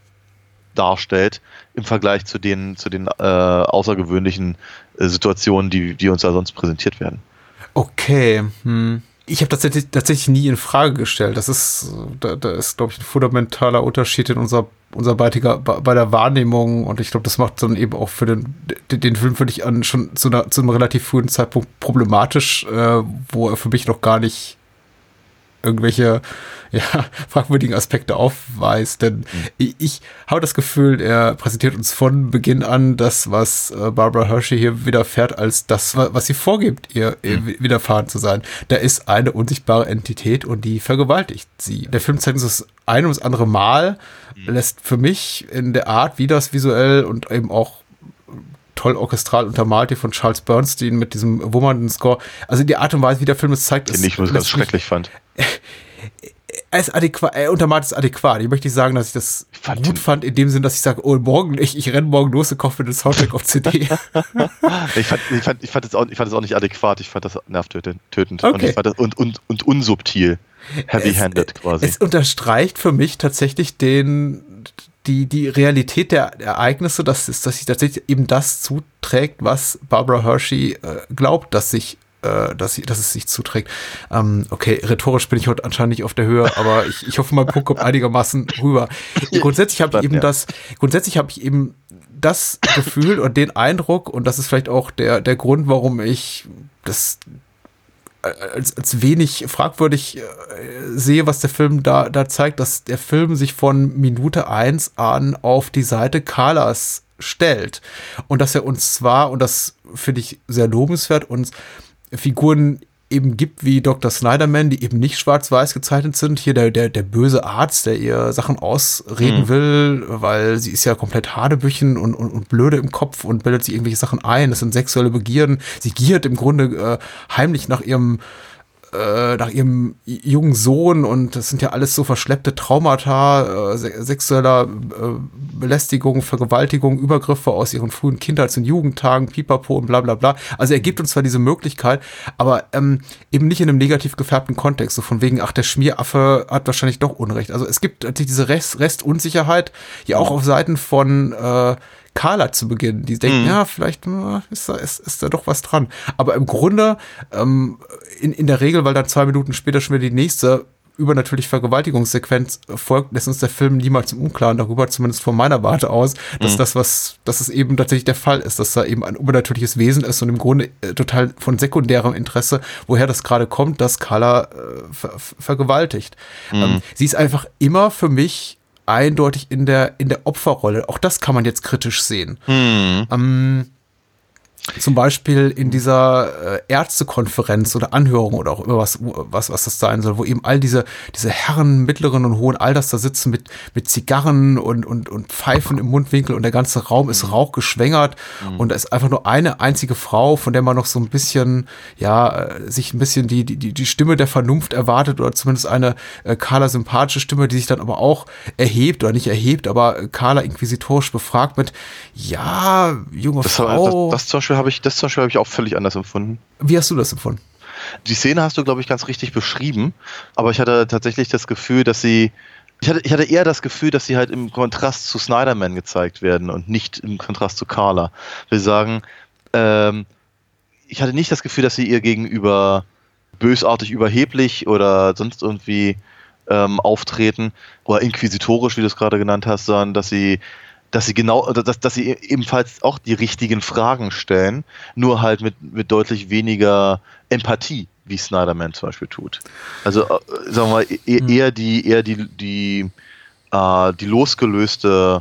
darstellt im Vergleich zu den, zu den äh, außergewöhnlichen äh, Situationen, die, die uns da sonst präsentiert werden. Okay, hm. Ich habe tatsächlich, tatsächlich nie in Frage gestellt. Das ist, da, da ist, glaube ich, ein fundamentaler Unterschied in unserer, unserer beitiger, bei der Wahrnehmung. Und ich glaube, das macht dann eben auch für den, den, den Film, finde ich, an, schon zu, einer, zu einem relativ frühen Zeitpunkt problematisch, äh, wo er für mich noch gar nicht irgendwelche ja, fragwürdigen Aspekte aufweist. Denn mhm. ich, ich habe das Gefühl, er präsentiert uns von Beginn an das, was äh, Barbara Hershey hier widerfährt, als das, was sie vorgibt, ihr, ihr mhm. widerfahren zu sein. Da ist eine unsichtbare Entität und die vergewaltigt sie. Der Film zeigt uns das ein und das andere Mal, mhm. lässt für mich in der Art, wie das visuell und eben auch toll orchestral untermalt hier von Charles Bernstein mit diesem wummernden Score. Also die Art und Weise, wie der Film es zeigt, Den ich ganz schrecklich fand. Er ist adäquat, er untermalt es adäquat. Ich möchte nicht sagen, dass ich das ich fand gut fand, in dem Sinn, dass ich sage, oh, morgen, ich, ich renne morgen los und kaufe mir den Soundtrack auf C D. ich, fand, ich, fand, ich, fand das auch, ich fand das auch nicht adäquat, ich fand das nervtötend. Okay. Und, ich fand das, und, und, und unsubtil. Heavy-handed es, quasi. Es unterstreicht für mich tatsächlich den, die, die Realität der Ereignisse, dass, es, dass sich tatsächlich eben das zuträgt, was Barbara Hershey äh, glaubt, dass sich Dass, sie, dass es sich zuträgt. Ähm, okay, rhetorisch bin ich heute anscheinend nicht auf der Höhe, aber ich, ich hoffe, mein Punkt kommt einigermaßen rüber. Grundsätzlich habe ich eben ja. das, grundsätzlich habe ich eben das Gefühl und den Eindruck, und das ist vielleicht auch der, der Grund, warum ich das als, als wenig fragwürdig äh, sehe, was der Film da, da zeigt, dass der Film sich von Minute eins an auf die Seite Carlas stellt. Und dass er uns zwar, und das finde ich sehr lobenswert, uns Figuren eben gibt wie Doktor Snyderman, die eben nicht schwarz-weiß gezeichnet sind. Hier der, der, der böse Arzt, der ihr Sachen ausreden mhm. will, weil sie ist ja komplett hanebüchen und, und, und blöde im Kopf und bildet sich irgendwelche Sachen ein. Das sind sexuelle Begierden. Sie giert im Grunde äh, heimlich nach ihrem nach ihrem jungen Sohn, und das sind ja alles so verschleppte Traumata, äh, se- sexueller äh, Belästigung, Vergewaltigung, Übergriffe aus ihren frühen Kindheits- und Jugendtagen, Pipapo und bla bla bla. Also er gibt uns zwar diese Möglichkeit, aber ähm, eben nicht in einem negativ gefärbten Kontext, so von wegen, ach, der Schmieraffe hat wahrscheinlich doch Unrecht. Also es gibt natürlich diese Rest- Restunsicherheit, ja auch auf Seiten von äh, Carla zu Beginn, die denken, mhm. ja, vielleicht äh, ist, da, ist, ist da doch was dran. Aber im Grunde, ähm, in, in der Regel, weil dann zwei Minuten später schon wieder die nächste übernatürliche Vergewaltigungssequenz folgt, lässt uns der Film niemals im Unklaren darüber, zumindest von meiner Warte aus, dass mhm. das, was, dass es eben tatsächlich der Fall ist, dass da eben ein übernatürliches Wesen ist und im Grunde äh, total von sekundärem Interesse, woher das gerade kommt, dass Carla äh, ver- vergewaltigt. Mhm. Ähm, sie ist einfach immer für mich eindeutig in der, in der Opferrolle. Auch das kann man jetzt kritisch sehen. Mhm. Ähm, zum Beispiel in dieser äh, Ärztekonferenz oder Anhörung oder auch immer was, was, was das sein soll, wo eben all diese, diese Herren, mittleren und hohen Alters da sitzen mit, mit Zigarren und, und, und Pfeifen im Mundwinkel, und der ganze Raum ist rauchgeschwängert mhm. und da ist einfach nur eine einzige Frau, von der man noch so ein bisschen, ja, sich ein bisschen die, die, die Stimme der Vernunft erwartet, oder zumindest eine äh, Carla sympathische Stimme, die sich dann aber auch erhebt oder nicht erhebt, aber Carla inquisitorisch befragt mit, ja, junge das Frau. Das, das zum Beispiel habe ich, das zum Beispiel habe ich auch völlig anders empfunden. Wie hast du das empfunden? Die Szene hast du, glaube ich, ganz richtig beschrieben, aber ich hatte tatsächlich das Gefühl, dass sie, ich hatte, ich hatte eher das Gefühl, dass sie halt im Kontrast zu Snyderman gezeigt werden und nicht im Kontrast zu Carla. Wir sagen, ähm, ich hatte nicht das Gefühl, dass sie ihr gegenüber bösartig überheblich oder sonst irgendwie ähm, auftreten oder inquisitorisch, wie du es gerade genannt hast, sondern dass sie dass sie genau, dass, dass sie ebenfalls auch die richtigen Fragen stellen, nur halt mit, mit deutlich weniger Empathie, wie Snyderman zum Beispiel tut. Also äh, sagen wir mal, e- eher die, eher die, die, äh, die losgelöste,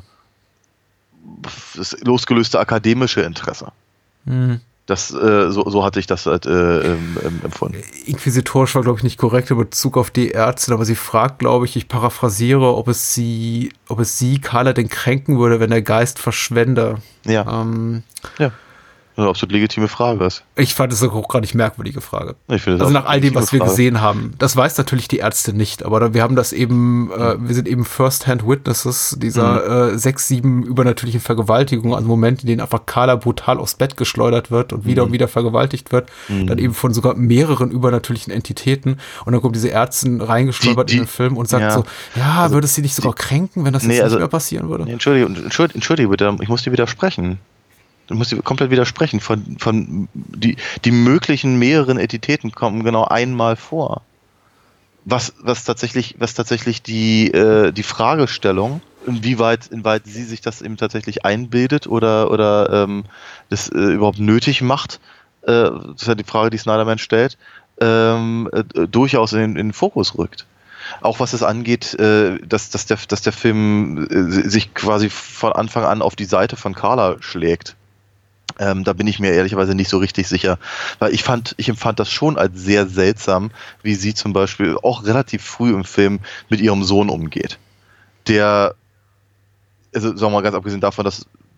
das losgelöste akademische Interesse. Mhm. Das, äh, so, so hatte ich das halt äh, ähm, empfunden. Inquisitorisch war, glaube ich, nicht korrekt in Bezug auf die Ärztin, aber sie fragt, glaube ich, ich paraphrasiere, ob es sie, ob es sie, Carla, denn kränken würde, wenn der Geist verschwende. Ja. Ähm, ja. Eine absolut legitime Frage ist. Ich fand es auch gerade nicht merkwürdige Frage. Ich finde also nach all dem, was wir Frage. gesehen haben. Das weiß natürlich die Ärztin nicht, aber wir haben das eben, äh, wir sind eben First-Hand-Witnesses dieser mhm. äh, sechs, sieben übernatürlichen Vergewaltigungen, also Momente, in denen einfach Carla brutal aufs Bett geschleudert wird und wieder mhm. und wieder vergewaltigt wird, mhm. dann eben von sogar mehreren übernatürlichen Entitäten, und dann kommt diese Ärztin reingeschleudert in den Film und sagt ja. so, ja, also, würde es sie nicht sogar die, kränken, wenn das jetzt nee, also, nicht mehr passieren würde? Nee, entschuldige, entschuldige, entschuldige bitte, ich muss dir widersprechen. Du musst dir komplett widersprechen. Von, von die, die möglichen mehreren Entitäten kommen genau einmal vor. Was, was tatsächlich, was tatsächlich die, äh, die Fragestellung, inwieweit, inwieweit sie sich das eben tatsächlich einbildet oder, oder ähm, das äh, überhaupt nötig macht, äh, das ist ja die Frage, die Snyderman stellt, ähm, äh, durchaus in, in den Fokus rückt. Auch was es angeht, äh, dass, dass, der, dass der Film äh, sich quasi von Anfang an auf die Seite von Carla schlägt. Ähm, da bin ich mir ehrlicherweise nicht so richtig sicher, weil ich fand, ich empfand das schon als sehr seltsam, wie sie zum Beispiel auch relativ früh im Film mit ihrem Sohn umgeht. Der, also sagen wir mal ganz abgesehen davon, dass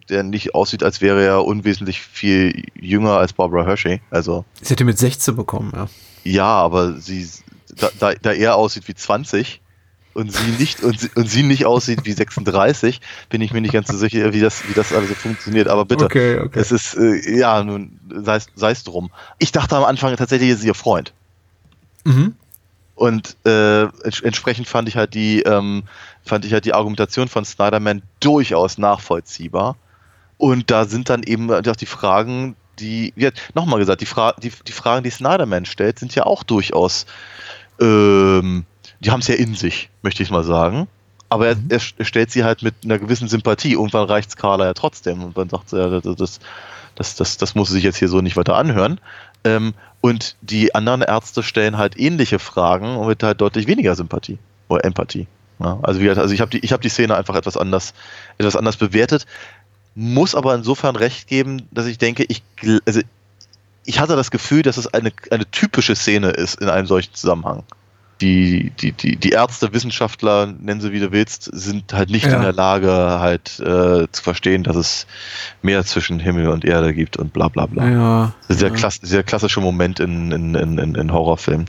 der nicht aussieht, als wäre er unwesentlich viel jünger als Barbara Hershey. Also, sie hätte mit sechzehn bekommen, ja. Ja, aber sie, da, da, da er aussieht wie zwanzig und sie nicht und sie, und sie nicht aussieht wie sechsunddreißig, bin ich mir nicht ganz so sicher, wie das, wie das alles so funktioniert. Aber bitte, okay, okay. Es ist, äh, ja, nun sei es drum. Ich dachte am Anfang tatsächlich, ist sie ihr Freund. Mhm. Und äh, ents- entsprechend fand ich halt die ähm, fand ich halt die Argumentation von Snyderman durchaus nachvollziehbar. Und da sind dann eben auch die Fragen, die, wie nochmal gesagt, die, Fra- die, die Fragen, die Snyderman stellt, sind ja auch durchaus, ähm, die haben es ja in sich, möchte ich mal sagen. Aber er, er stellt sie halt mit einer gewissen Sympathie. Irgendwann reicht Carla ja trotzdem. Und dann sagt sie, ja, das, das, das, das, das muss sie sich jetzt hier so nicht weiter anhören. Ähm, und die anderen Ärzte stellen halt ähnliche Fragen und mit halt deutlich weniger Sympathie oder Empathie. Ja, also, wie, also ich habe die, ich hab die Szene einfach etwas anders, etwas anders bewertet, muss aber insofern recht geben, dass ich denke, ich, also ich hatte das Gefühl, dass es eine, eine typische Szene ist in einem solchen Zusammenhang. Die, die, die, die Ärzte, Wissenschaftler, nennen sie wie du willst, sind halt nicht ja. in der Lage, halt äh, zu verstehen, dass es mehr zwischen Himmel und Erde gibt und bla bla bla. Ja, das ist ja. der, Klass- der klassische Moment in, in, in, in Horrorfilmen,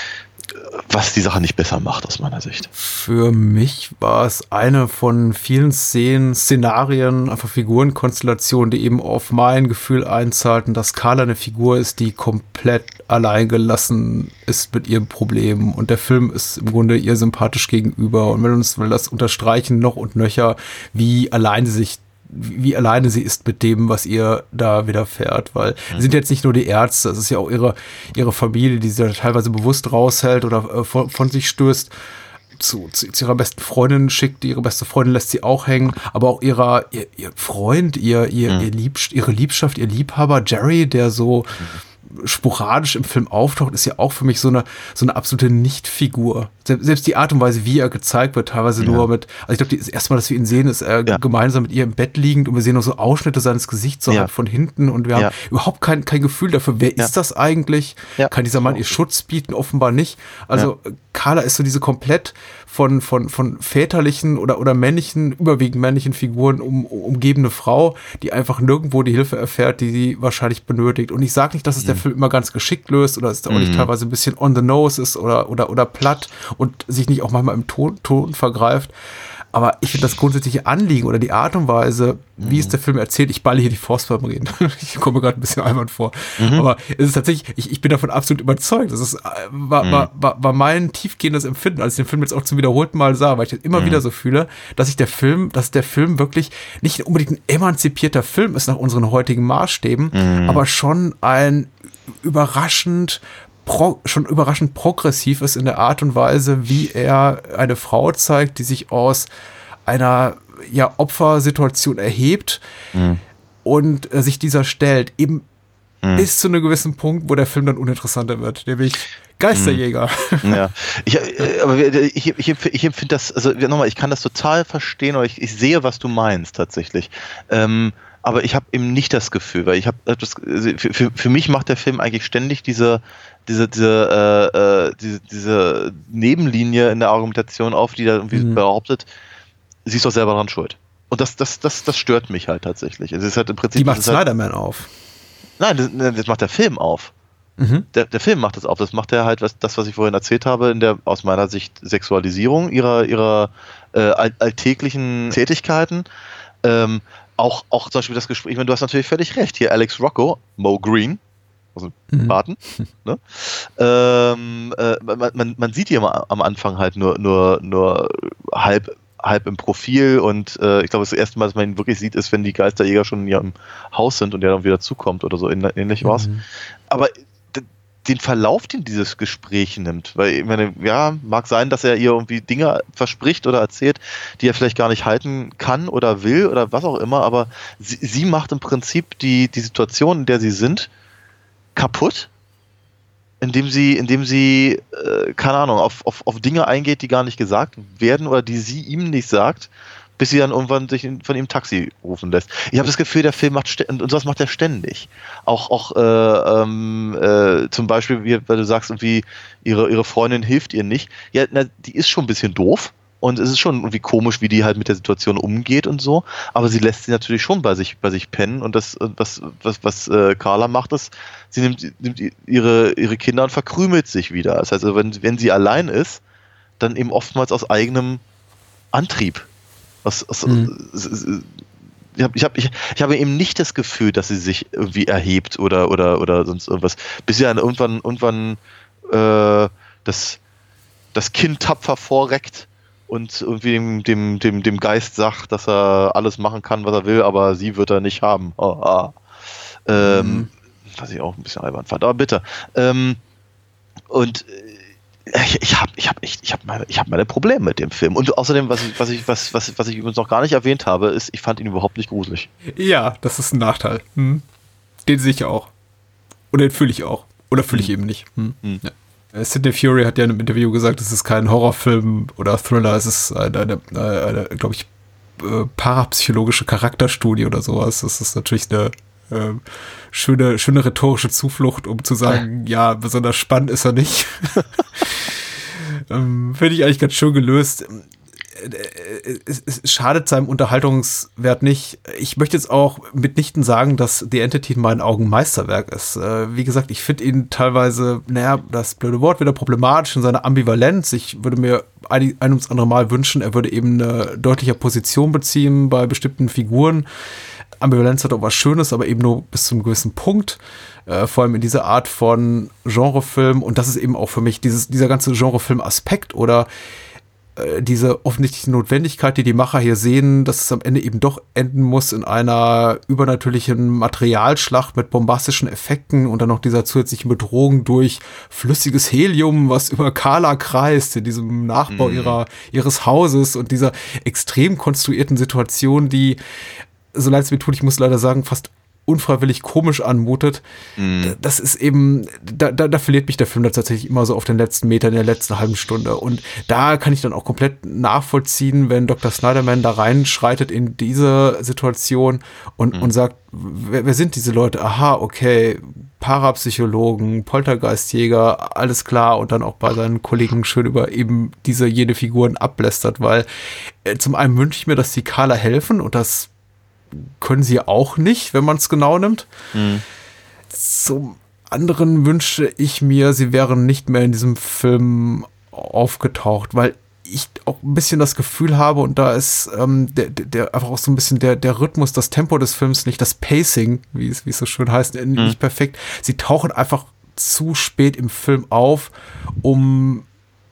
was die Sache nicht besser macht aus meiner Sicht. Für mich war es eine von vielen Szenen, Szenarien, einfach Figurenkonstellationen, die eben auf mein Gefühl einzahlten, dass Carla eine Figur ist, die komplett alleingelassen ist mit ihrem Problem und der Film ist im Grunde ihr sympathisch gegenüber und will uns will das unterstreichen noch und nöcher, wie allein sie sich wie alleine sie ist mit dem, was ihr da widerfährt, weil mhm. sind jetzt nicht nur die Ärzte, es ist ja auch ihre, ihre Familie, die sie da teilweise bewusst raushält oder äh, von, von sich stößt, zu, zu, zu ihrer besten Freundin schickt, ihre beste Freundin lässt sie auch hängen, aber auch ihrer, ihr, ihr Freund, ihr, ihr, mhm. ihr Lieb, ihre Liebschaft, ihr Liebhaber, Jerry, der so mhm. sporadisch im Film auftaucht, ist ja auch für mich so eine so eine absolute Nicht-Figur. Selbst die Art und Weise, wie er gezeigt wird, teilweise ja. nur mit, also ich glaube, das erste Mal, dass wir ihn sehen, ist er ja. gemeinsam mit ihr im Bett liegend und wir sehen nur so Ausschnitte seines Gesichts so ja. halt von hinten und wir ja. haben überhaupt kein, kein Gefühl dafür, wer ja. ist das eigentlich? Ja. Kann dieser Mann ihr Schutz bieten? Offenbar nicht. Also ja. Carla ist so diese komplett von, von, von väterlichen oder, oder männlichen, überwiegend männlichen Figuren um, umgebene Frau, die einfach nirgendwo die Hilfe erfährt, die sie wahrscheinlich benötigt. Und ich sage nicht, dass es mhm. der Film immer ganz geschickt löst oder es da auch mhm. nicht teilweise ein bisschen on the nose ist oder, oder, oder platt und sich nicht auch manchmal im Ton, Ton vergreift. Aber ich finde das grundsätzliche Anliegen oder die Art und Weise, wie mhm. es der Film erzählt, ich balle hier die Faust beim Reden. Ich komme gerade ein bisschen albern vor. Mhm. Aber es ist tatsächlich, ich, ich bin davon absolut überzeugt. Das ist, war, mhm. war, war, war mein tiefgehendes Empfinden, als ich den Film jetzt auch zum wiederholten Mal sah, weil ich das immer mhm. wieder so fühle, dass sich der Film, dass der Film wirklich nicht unbedingt ein emanzipierter Film ist nach unseren heutigen Maßstäben, mhm. aber schon ein überraschend Pro, schon überraschend progressiv ist in der Art und Weise, wie er eine Frau zeigt, die sich aus einer ja, Opfersituation erhebt mhm. und äh, sich dieser stellt, eben mhm. bis zu einem gewissen Punkt, wo der Film dann uninteressanter wird, nämlich Geisterjäger. Mhm. Ja, ich, äh, aber ich, ich, ich empfinde das, also nochmal, ich kann das total verstehen, oder ich, ich sehe, was du meinst tatsächlich. Ähm, aber ich habe eben nicht das Gefühl, weil ich habe das, für, für, für mich macht der Film eigentlich ständig diese diese diese, äh, äh, diese diese Nebenlinie in der Argumentation auf, die da irgendwie mhm. behauptet, sie ist doch selber dran schuld. Und das das das das stört mich halt tatsächlich. Es ist halt im Prinzip, die macht Snyderman halt, auf. Nein, das, das macht der Film auf. Mhm. Der, der Film macht das auf. Das macht er halt, was, das, was ich vorhin erzählt habe, in der aus meiner Sicht Sexualisierung ihrer ihrer äh, all, alltäglichen Tätigkeiten. Ähm, Auch, auch zum Beispiel das Gespräch, ich meine, du hast natürlich völlig recht, hier Alex Rocco, Mo Green, also mhm. Barton, ne? ähm, äh, man, man, man sieht die immer am Anfang halt nur, nur, nur halb, halb im Profil und äh, ich glaube, das erste Mal, dass man ihn wirklich sieht, ist, wenn die Geisterjäger schon in ihrem Haus sind und der dann wieder zukommt oder so ähnlich war's. Mhm. Aber den Verlauf, den dieses Gespräch nimmt, weil ich meine, ja, mag sein, dass er ihr irgendwie Dinge verspricht oder erzählt, die er vielleicht gar nicht halten kann oder will oder was auch immer, aber sie, sie macht im Prinzip die, die Situation, in der sie sind, kaputt, indem sie, indem sie, äh, keine Ahnung, auf, auf, auf Dinge eingeht, die gar nicht gesagt werden oder die sie ihm nicht sagt, bis sie dann irgendwann sich von ihm Taxi rufen lässt. Ich habe das Gefühl, der Film macht st- und sowas macht er ständig. Auch, auch äh, ähm, äh, zum Beispiel, wie, weil du sagst, irgendwie ihre, ihre Freundin hilft ihr nicht. Ja, na, die ist schon ein bisschen doof, Und es ist schon irgendwie komisch, wie die halt mit der Situation umgeht und so. Aber sie lässt sie natürlich schon bei sich, bei sich pennen. Und das, was, was, was äh, Carla macht, ist, sie nimmt, nimmt ihre, ihre Kinder und verkrümelt sich wieder. Das heißt, also, wenn, wenn sie allein ist, dann eben oftmals aus eigenem Antrieb. Aus, aus, mhm. Ich habe ich hab, ich, ich hab eben nicht das Gefühl, dass sie sich irgendwie erhebt oder, oder, oder sonst irgendwas. Bis sie dann irgendwann, irgendwann äh, das, das Kind tapfer vorreckt und irgendwie dem, dem, dem, dem Geist sagt, dass er alles machen kann, was er will, aber sie wird er nicht haben. Oh, ah. ähm, mhm. Was ich auch ein bisschen albern fand, aber bitte. Ähm, und ich, ich habe ich hab echt, ich hab meine, ich hab meine Probleme mit dem Film. Und außerdem, was ich, was ich, was, was, was ich übrigens noch gar nicht erwähnt habe, ist, ich fand ihn überhaupt nicht gruselig. Ja, das ist ein Nachteil. Hm. Den sehe ich auch. Und den fühle ich auch. Oder fühle ich hm. eben nicht. Hm. Hm. Ja. Sidney Fury hat ja in einem Interview gesagt, es ist kein Horrorfilm oder Thriller, es ist eine, eine, eine, eine glaube ich, parapsychologische Charakterstudie oder sowas. Das ist natürlich eine äh, schöne, schöne rhetorische Zuflucht, um zu sagen, ja, besonders spannend ist er nicht. ähm, Finde ich eigentlich ganz schön gelöst. Es, es schadet seinem Unterhaltungswert nicht. Ich möchte jetzt auch mitnichten sagen, dass The Entity in meinen Augen Meisterwerk ist. Äh, wie gesagt, ich finde ihn teilweise, naja, das blöde Wort wieder problematisch in seiner Ambivalenz. Ich würde mir ein, ein ums andere Mal wünschen, er würde eben eine deutliche Position beziehen bei bestimmten Figuren. Ambivalenz hat auch was Schönes, aber eben nur bis zu einem gewissen Punkt. Äh, vor allem in dieser Art von Genrefilm. Und das ist eben auch für mich dieses, dieser ganze Genrefilm-Aspekt oder diese offensichtliche Notwendigkeit, die die Macher hier sehen, dass es am Ende eben doch enden muss in einer übernatürlichen Materialschlacht mit bombastischen Effekten und dann noch dieser zusätzlichen Bedrohung durch flüssiges Helium, was über Carla kreist, in diesem Nachbau mhm. ihrer, ihres Hauses und dieser extrem konstruierten Situation, die, so leid es mir tut, ich muss leider sagen, fast unfreiwillig komisch anmutet. Mm. Das ist eben, da, da, da verliert mich der Film tatsächlich immer so auf den letzten Metern, in der letzten halben Stunde. Und da kann ich dann auch komplett nachvollziehen, wenn Doktor Snyderman da reinschreitet in diese Situation und, mm. und sagt, wer, wer sind diese Leute? Aha, okay, Parapsychologen, Poltergeistjäger, alles klar, und dann auch bei seinen Kollegen schön über eben diese, jene Figuren ablästert, weil äh, zum einen wünsche ich mir, dass die Carla helfen und das können sie auch nicht, wenn man es genau nimmt. Mhm. Zum anderen wünsche ich mir, sie wären nicht mehr in diesem Film aufgetaucht, weil ich auch ein bisschen das Gefühl habe, und da ist ähm, der, der einfach auch so ein bisschen der, der Rhythmus, das Tempo des Films, nicht das Pacing, wie es, wie es so schön heißt, mhm. nicht perfekt. Sie tauchen einfach zu spät im Film auf, um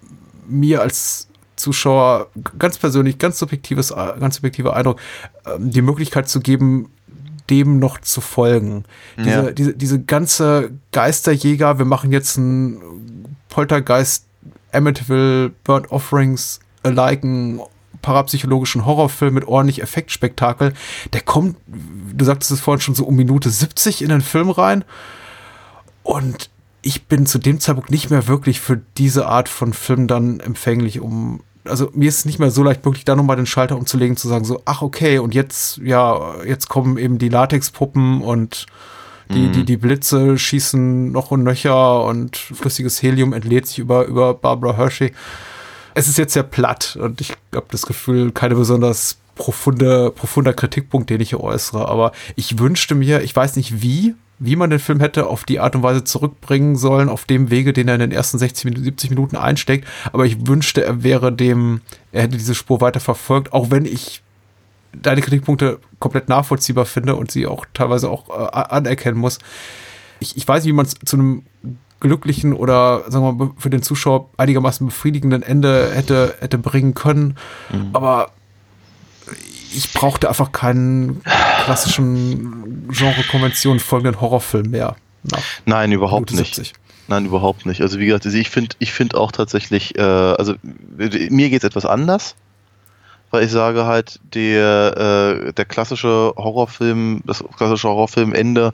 mir als Zuschauer, ganz persönlich, ganz subjektives, ganz subjektiver Eindruck, die Möglichkeit zu geben, dem noch zu folgen. Diese, ja. diese, diese ganze Geisterjäger, wir machen jetzt einen Poltergeist, Amityville, Burnt Offerings, aliken parapsychologischen Horrorfilm mit ordentlich Effektspektakel, der kommt, du sagtest es vorhin schon, so um Minute siebzig in den Film rein und ich bin zu dem Zeitpunkt nicht mehr wirklich für diese Art von Film dann empfänglich, um, also mir ist es nicht mehr so leicht möglich, da nochmal den Schalter umzulegen, zu sagen so, ach okay, und jetzt, ja, jetzt kommen eben die Latexpuppen und die, mhm. die, die Blitze schießen noch und nöcher und flüssiges Helium entlädt sich über, über Barbara Hershey. Es ist jetzt sehr platt und ich habe das Gefühl, keine besonders profunde, profunder Kritikpunkt, den ich hier äußere, aber ich wünschte mir, ich weiß nicht wie, wie man den Film hätte auf die Art und Weise zurückbringen sollen, auf dem Wege, den er in den ersten sechzig, siebzig Minuten einsteckt. Aber ich wünschte, er wäre dem, er hätte diese Spur weiter verfolgt, auch wenn ich deine Kritikpunkte komplett nachvollziehbar finde und sie auch teilweise auch äh, anerkennen muss. Ich, ich weiß nicht, wie man es zu einem glücklichen oder, sagen wir mal, für den Zuschauer einigermaßen befriedigenden Ende hätte, hätte bringen können. Mhm. Aber ich brauchte einfach keinen klassischen Genre-Konventionen folgenden Horrorfilm mehr. Nein, überhaupt nicht. Nein, überhaupt nicht. Also wie gesagt, ich finde ich find auch tatsächlich, äh, also mir geht es etwas anders, weil ich sage halt, der, äh, der klassische Horrorfilm, das klassische Horrorfilmende,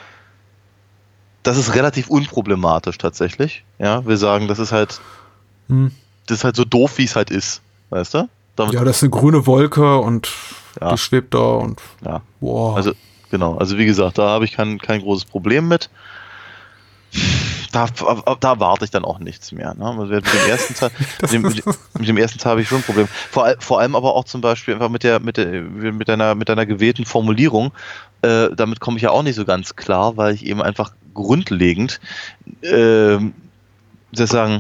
das ist relativ unproblematisch tatsächlich. Ja, wir sagen, das ist halt, hm. das ist halt so doof, wie es halt ist, weißt du? Damit ja, das ist eine grüne Wolke und ja. die schwebt da und ja. Wow. Also genau, also wie gesagt, da habe ich kein, kein großes Problem mit. da, da warte ich dann auch nichts mehr. Ne? Mit dem ersten Teil, mit dem, mit, mit dem ersten Teil habe ich schon ein Problem. Vor, vor allem aber auch zum Beispiel einfach mit der, mit der, mit deiner, mit deiner gewählten Formulierung. Äh, damit komme ich ja auch nicht so ganz klar, weil ich eben einfach grundlegend, äh, sozusagen,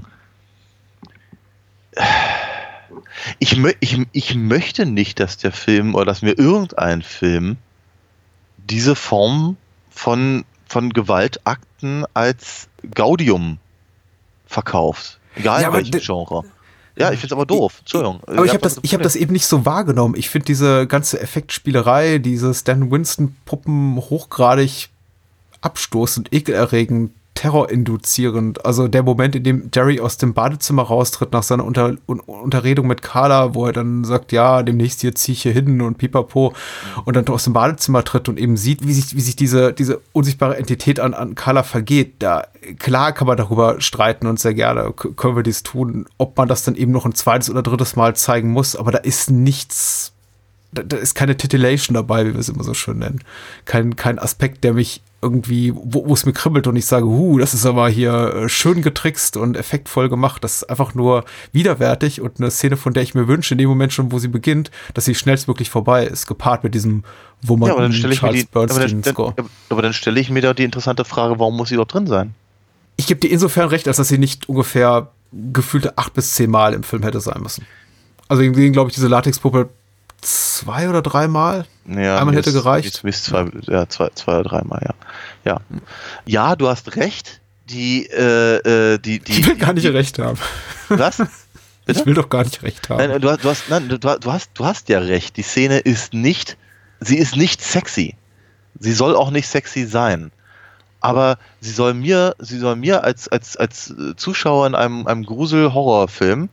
ich, ich, ich möchte nicht, dass der Film oder dass mir irgendein Film diese Form von, von Gewaltakten als Gaudium verkauft. Egal ja, in welchem Genre. Ja, ich finde es aber doof. Entschuldigung. Aber ich habe das, ich hab das eben nicht so wahrgenommen. Ich finde diese ganze Effektspielerei, diese Stan Winston-Puppen hochgradig abstoßend, ekelerregend, terrorinduzierend. Also der Moment, in dem Jerry aus dem Badezimmer raustritt nach seiner Unter- Un- Unterredung mit Carla, wo er dann sagt, ja, demnächst hier ziehe ich hier hin und pipapo und dann aus dem Badezimmer tritt und eben sieht, wie sich, wie sich diese, diese unsichtbare Entität an, an Carla vergeht. Da, klar kann man darüber streiten und sehr gerne k- können wir dies tun, ob man das dann eben noch ein zweites oder drittes Mal zeigen muss, aber da ist nichts, da, da ist keine Titillation dabei, wie wir es immer so schön nennen. Kein, kein Aspekt, der mich irgendwie, wo es mir kribbelt und ich sage, huh, das ist aber hier schön getrickst und effektvoll gemacht. Das ist einfach nur widerwärtig und eine Szene, von der ich mir wünsche, in dem Moment schon, wo sie beginnt, dass sie schnellstmöglich vorbei ist, gepaart mit diesem, wo man ja, aber dann stelle ich mir die, aber dann, Score. dann, aber dann stelle ich mir da die interessante Frage, warum muss sie dort drin sein? Ich gebe dir insofern recht, als dass sie nicht ungefähr gefühlte acht bis zehn Mal im Film hätte sein müssen. Also irgendwie, glaube ich, diese Latexpuppe zwei oder dreimal. Ja, einmal hätte ist, gereicht. Ist zwei, ja, zwei, zwei oder dreimal, ja. Ja. Ja, du hast recht. Die, äh, die, die. Ich will gar nicht die, recht haben. Was? Bitte? Ich will doch gar nicht recht haben. Nein, du, du, hast, nein du, du, hast, du hast ja recht. Die Szene ist nicht, sie ist nicht sexy. Sie soll auch nicht sexy sein. Aber sie soll mir, sie soll mir als, als, als Zuschauer in einem, einem Grusel-Horrorfilm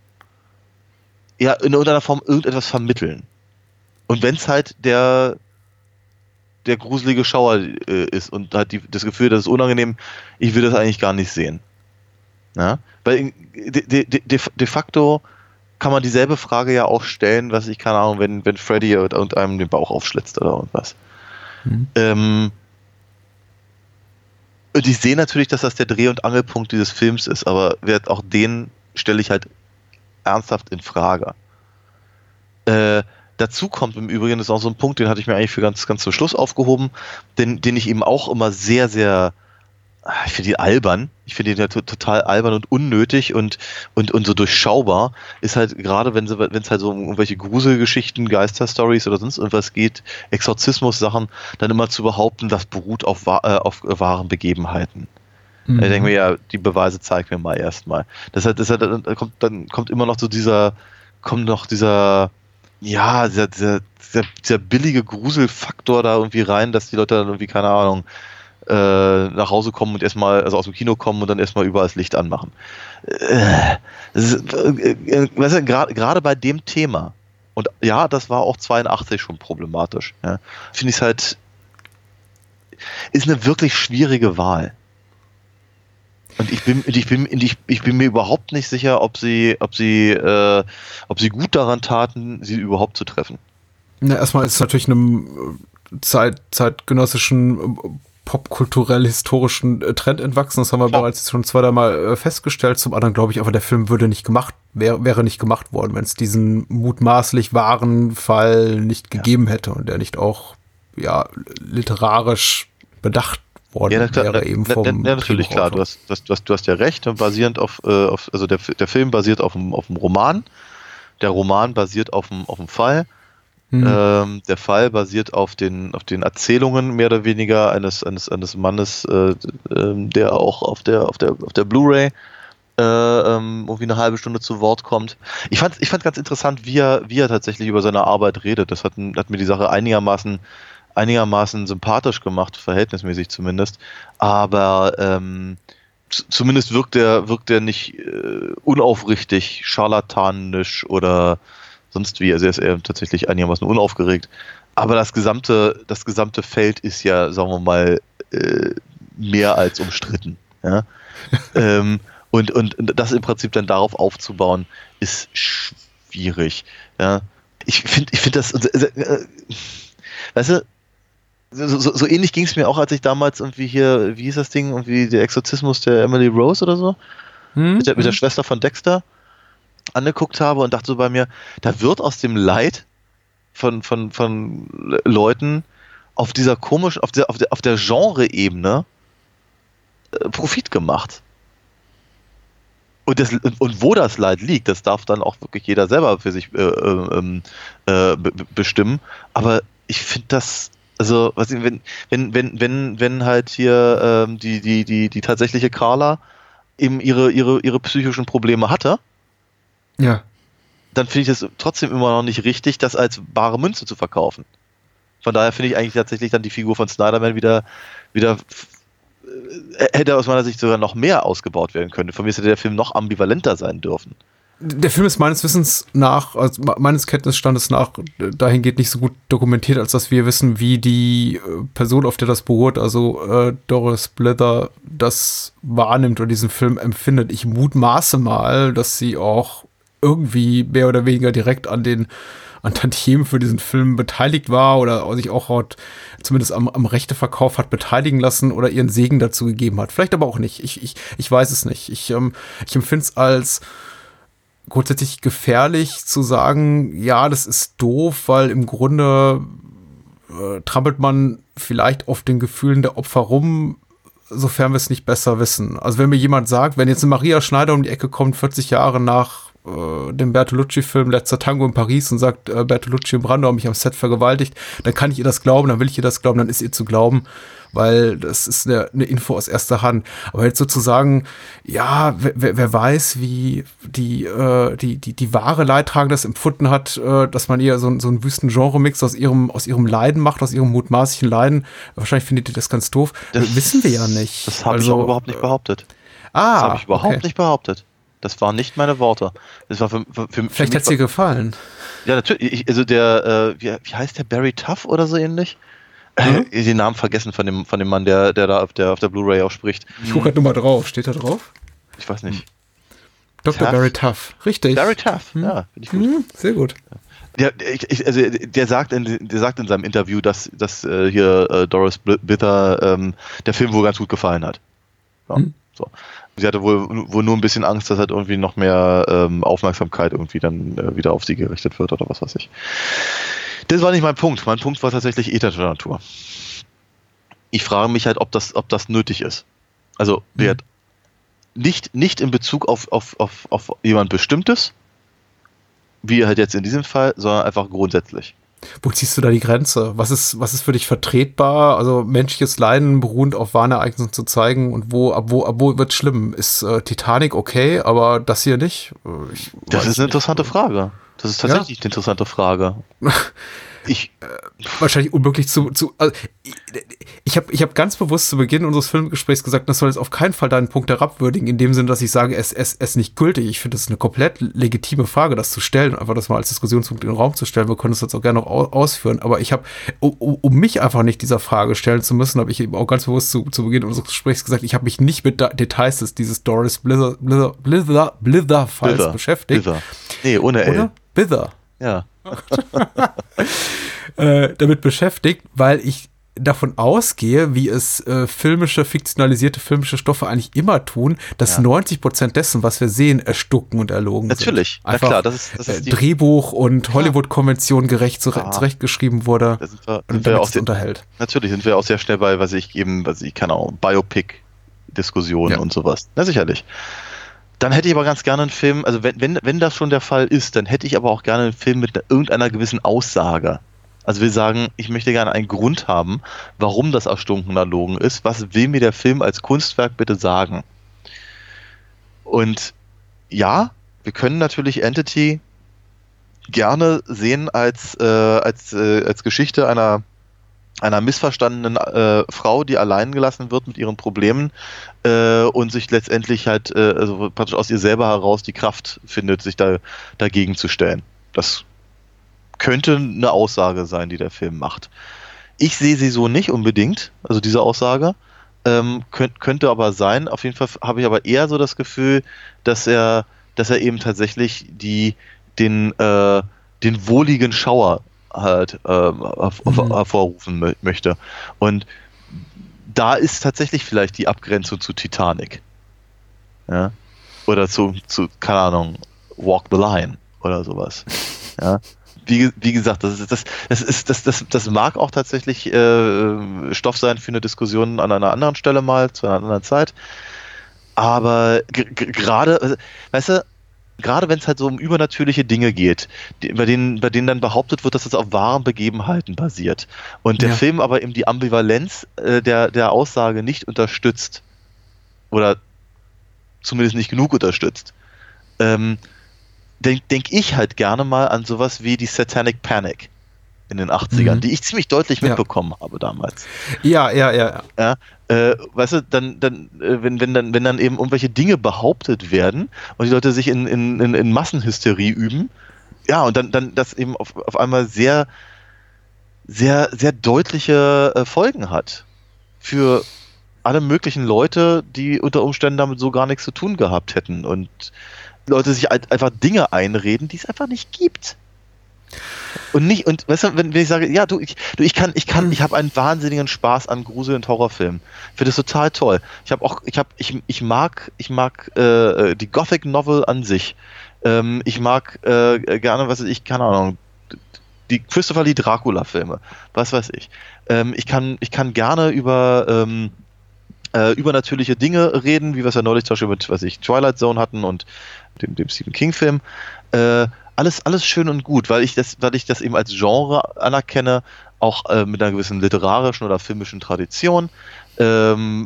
ja in irgendeiner Form irgendetwas vermitteln. Und wenn es halt der der gruselige Schauer äh, ist und hat die, das Gefühl, das ist unangenehm, ich will das eigentlich gar nicht sehen. Ja? Weil de, de, de, de facto kann man dieselbe Frage ja auch stellen, was ich, keine Ahnung, wenn, wenn Freddy und, und einem den Bauch aufschlitzt oder irgendwas. Mhm. Ähm, und ich sehe natürlich, dass das der Dreh- und Angelpunkt dieses Films ist, aber auch den stelle ich halt ernsthaft in Frage. Äh, dazu kommt im Übrigen, das ist auch so ein Punkt, den hatte ich mir eigentlich für ganz, ganz zum Schluss aufgehoben, den, den ich eben auch immer sehr, sehr, ich finde ihn albern, ich finde ihn ja total albern und unnötig und, und, und so durchschaubar, ist halt gerade, wenn es halt so um irgendwelche Gruselgeschichten, Geisterstories oder sonst irgendwas geht, Exorzismus-Sachen, dann immer zu behaupten, das beruht auf, äh, auf wahren Begebenheiten. Mhm. Ich denke mir, ja, die Beweise zeig mir mal erstmal. Das heißt, das heißt, dann kommt, dann kommt immer noch so dieser, kommt noch dieser, ja, dieser, dieser, dieser, dieser billige Gruselfaktor da irgendwie rein, dass die Leute dann irgendwie, keine Ahnung, äh, nach Hause kommen und erstmal, also aus dem Kino kommen und dann erstmal überall das Licht anmachen. Äh, ist, äh, weißt du, gerade bei dem Thema, und ja, das war auch zweiundachtzig schon problematisch, ja, finde ich es halt, ist eine wirklich schwierige Wahl. Und ich bin, ich bin, ich, ich bin mir überhaupt nicht sicher, ob sie, ob sie, äh, ob sie gut daran taten, sie überhaupt zu treffen. Na, erstmal ist es natürlich einem Zeit, zeitgenössischen, popkulturell-historischen Trend entwachsen. Das haben wir Klar. bereits schon zwei, dreimal festgestellt. Zum anderen glaube ich aber, der Film würde nicht gemacht, wär, wäre nicht gemacht worden, wenn es diesen mutmaßlich wahren Fall nicht gegeben ja. hätte und der nicht auch, ja, literarisch bedacht worden ja, klar, wäre eben vom ja, ja, natürlich, klar. Du hast, du, hast, du hast ja recht, basierend auf, äh, auf also der, der Film basiert auf dem, auf dem Roman, der Roman basiert auf dem, auf dem Fall, hm. ähm, der Fall basiert auf den, auf den Erzählungen mehr oder weniger eines, eines, eines Mannes, äh, äh, der auch auf der, auf der, auf der Blu-ray äh, ähm, irgendwie eine halbe Stunde zu Wort kommt. Ich fand, ich fand ganz interessant, wie er, wie er tatsächlich über seine Arbeit redet. Das hat, hat mir die Sache einigermaßen einigermaßen sympathisch gemacht, verhältnismäßig zumindest, aber ähm, z- zumindest wirkt er wirkt er nicht äh, unaufrichtig, scharlatanisch oder sonst wie, also er ist eher tatsächlich einigermaßen unaufgeregt, aber das gesamte das gesamte Feld ist ja, sagen wir mal, äh, mehr als umstritten, ja? ähm, und, und das im Prinzip dann darauf aufzubauen, ist schwierig, ja? Ich finde ich finde das äh, äh, weißt du, So, so, so ähnlich ging es mir auch, als ich damals irgendwie hier, wie hieß das Ding, irgendwie der Exorzismus der Emily Rose oder so, hm? mit, der, mit der Schwester von Dexter angeguckt habe und dachte so bei mir, da wird aus dem Leid von, von, von Leuten auf dieser komischen, auf der, auf der, auf der Genre-Ebene äh, Profit gemacht. Und, das, und, und wo das Leid liegt, das darf dann auch wirklich jeder selber für sich äh, äh, äh, be- bestimmen. Aber ich finde das, also, was, wenn, wenn, wenn, wenn, wenn halt hier ähm, die, die, die, die tatsächliche Carla eben ihre, ihre, ihre psychischen Probleme hatte, ja, dann finde ich das trotzdem immer noch nicht richtig, das als bare Münze zu verkaufen. Von daher finde ich eigentlich tatsächlich dann die Figur von Snyderman wieder, wieder hätte aus meiner Sicht sogar noch mehr ausgebaut werden können. Von mir hätte der Film noch ambivalenter sein dürfen. Der Film ist meines Wissens nach, also meines Kenntnisstandes nach, dahingehend nicht so gut dokumentiert, als dass wir wissen, wie die Person, auf der das beruht, also äh, Doris Blither, das wahrnimmt oder diesen Film empfindet. Ich mutmaße mal, dass sie auch irgendwie mehr oder weniger direkt an den an Tantiemen für diesen Film beteiligt war oder sich auch hat, zumindest am, am Rechteverkauf hat beteiligen lassen oder ihren Segen dazu gegeben hat. Vielleicht aber auch nicht. Ich, ich, ich weiß es nicht. Ich, ähm, ich empfinde es als grundsätzlich gefährlich zu sagen, ja, das ist doof, weil im Grunde äh, trampelt man vielleicht auf den Gefühlen der Opfer rum, sofern wir es nicht besser wissen. Also wenn mir jemand sagt, wenn jetzt eine Maria Schneider um die Ecke kommt, vierzig Jahre nach äh, dem Bertolucci-Film Letzter Tango in Paris und sagt, äh, Bertolucci und Brando haben mich am Set vergewaltigt, dann kann ich ihr das glauben, dann will ich ihr das glauben, dann ist ihr zu glauben, weil das ist eine, eine Info aus erster Hand. Aber jetzt sozusagen, ja, wer, wer weiß, wie die, äh, die, die, die wahre Leidtragende das empfunden hat, äh, dass man ihr so, so einen wüsten Genre-Mix aus ihrem, aus ihrem Leiden macht, aus ihrem mutmaßlichen Leiden. Wahrscheinlich findet ihr das ganz doof. Das wissen wir ja nicht. Das habe also, ich auch überhaupt nicht behauptet. Ah, das habe ich überhaupt okay. nicht behauptet. Das waren nicht meine Worte. Das war für, für, für Vielleicht hat es dir gefallen. Ja, natürlich. Ich, also der, äh, wie, wie heißt der, Barry Tough oder so ähnlich? Mhm. Äh, den Namen vergessen von dem, von dem Mann, der, der da auf der, auf der Blu-ray auch spricht. Ich gucke halt nur mal drauf. Steht da drauf? Ich weiß nicht. Doktor Tough. Barry Tough. Richtig. Barry Tough, hm. ja, finde ich gut. Hm, sehr gut. Der, ich, also der, sagt in, der sagt in seinem Interview, dass, dass äh, hier äh, Doris Blither ähm, der Film wohl ganz gut gefallen hat. Ja, hm. so. Sie hatte wohl, wohl nur ein bisschen Angst, dass halt irgendwie noch mehr ähm, Aufmerksamkeit irgendwie dann äh, wieder auf sie gerichtet wird oder was weiß ich. Das war nicht mein Punkt. Mein Punkt war tatsächlich ethischer Natur. Ich frage mich halt, ob das, ob das nötig ist. Also mhm. nicht, nicht in Bezug auf, auf, auf, auf jemand Bestimmtes, wie halt jetzt in diesem Fall, sondern einfach grundsätzlich. Wo ziehst du da die Grenze? Was ist, was ist für dich vertretbar? Also menschliches Leiden beruhend auf Warnereignissen zu zeigen und wo, ab wo, ab wo wird schlimm? Ist äh, Titanic okay, aber das hier nicht? Ich das ist eine interessante nicht. Frage. Das ist tatsächlich ja? eine interessante Frage. Ich äh, wahrscheinlich unmöglich zu, zu also ich, ich habe ich hab ganz bewusst zu Beginn unseres Filmgesprächs gesagt, das soll jetzt auf keinen Fall deinen Punkt herabwürdigen, in dem Sinne, dass ich sage, es es es nicht gültig. Ich finde, das ist eine komplett legitime Frage, das zu stellen, einfach das mal als Diskussionspunkt in den Raum zu stellen. Wir können das jetzt auch gerne noch ausführen, aber ich habe, um, um mich einfach nicht dieser Frage stellen zu müssen, habe ich eben auch ganz bewusst zu, zu Beginn unseres Gesprächs gesagt, ich habe mich nicht mit Details des, dieses Doris Blither Blither Blither Blither Falls Blither. beschäftigt. Blither. Nee, ohne L. Oder? Blither. Ja. äh, damit beschäftigt, weil ich davon ausgehe, wie es äh, filmische, fiktionalisierte filmische Stoffe eigentlich immer tun, dass ja. neunzig Prozent dessen, was wir sehen, erstucken und erlogen Natürlich. sind. Natürlich, na klar. Das ist, das ist die Drehbuch und Hollywood-Konvention gerecht zu, ja. zurechtgeschrieben wurde da sind wir, und sind wir damit auch es sehr, unterhält. Natürlich sind wir auch sehr schnell bei, was ich eben, was ich keine Ahnung, Biopic-Diskussionen ja. und sowas. Na sicherlich. Dann hätte ich aber ganz gerne einen Film, also wenn, wenn, wenn das schon der Fall ist, dann hätte ich aber auch gerne einen Film mit einer, irgendeiner gewissen Aussage. Also wir sagen, ich möchte gerne einen Grund haben, warum das erstunken erlogen ist. Was will mir der Film als Kunstwerk bitte sagen? Und ja, wir können natürlich Entity gerne sehen als, äh, als, äh, als Geschichte einer einer missverstandenen äh, Frau, die allein gelassen wird mit ihren Problemen äh, und sich letztendlich halt äh, also praktisch aus ihr selber heraus die Kraft findet, sich da dagegen zu stellen. Das könnte eine Aussage sein, die der Film macht. Ich sehe sie so nicht unbedingt, also diese Aussage, ähm, könnt, könnte aber sein. Auf jeden Fall habe ich aber eher so das Gefühl, dass er, dass er eben tatsächlich die, den, äh, den wohligen Schauer halt ähm, herv- Mhm. hervorrufen mö- möchte. Und da ist tatsächlich vielleicht die Abgrenzung zu Titanic. Ja? Oder zu, zu, keine Ahnung, Walk the Line oder sowas. Ja? Wie, wie gesagt, das ist, das, das ist, das, das, das mag auch tatsächlich äh, Stoff sein für eine Diskussion an einer anderen Stelle mal, zu einer anderen Zeit. Aber g- g- gerade, also, weißt du, gerade wenn es halt so um übernatürliche Dinge geht, die, bei, denen, bei denen dann behauptet wird, dass es auf wahren Begebenheiten basiert und der Ja. Film aber eben die Ambivalenz äh, der, der Aussage nicht unterstützt oder zumindest nicht genug unterstützt, ähm, denke denk ich halt gerne mal an sowas wie die Satanic Panic in den achtzigern, Mhm. die ich ziemlich deutlich Ja. mitbekommen habe damals. Ja, ja, ja. Ja, äh, weißt du, dann, dann, äh, wenn, wenn dann, wenn dann eben irgendwelche Dinge behauptet werden und die Leute sich in, in, in, in Massenhysterie üben, ja, und dann, dann das eben auf, auf einmal sehr, sehr, sehr deutliche äh, Folgen hat für alle möglichen Leute, die unter Umständen damit so gar nichts zu tun gehabt hätten und Leute sich halt einfach Dinge einreden, die es einfach nicht gibt. Und nicht, und weißt du, wenn, wenn ich sage, ja, du, ich, du, ich kann, ich kann, ich habe einen wahnsinnigen Spaß an Grusel- und Horrorfilmen. Ich finde das total toll. Ich habe auch, ich habe, ich, ich mag, ich mag äh, die Gothic Novel an sich. Ähm, ich mag äh, gerne, was weiß ich, keine Ahnung, die Christopher Lee Dracula-Filme, was weiß ich. Ähm, ich kann, ich kann gerne über ähm, äh, übernatürliche Dinge reden, wie wir es ja neulich zum Beispiel mit, was ich, Twilight Zone hatten und dem, dem Stephen King-Film. Äh, alles, alles schön und gut, weil ich das, weil ich das eben als Genre anerkenne, auch äh, mit einer gewissen literarischen oder filmischen Tradition, ähm,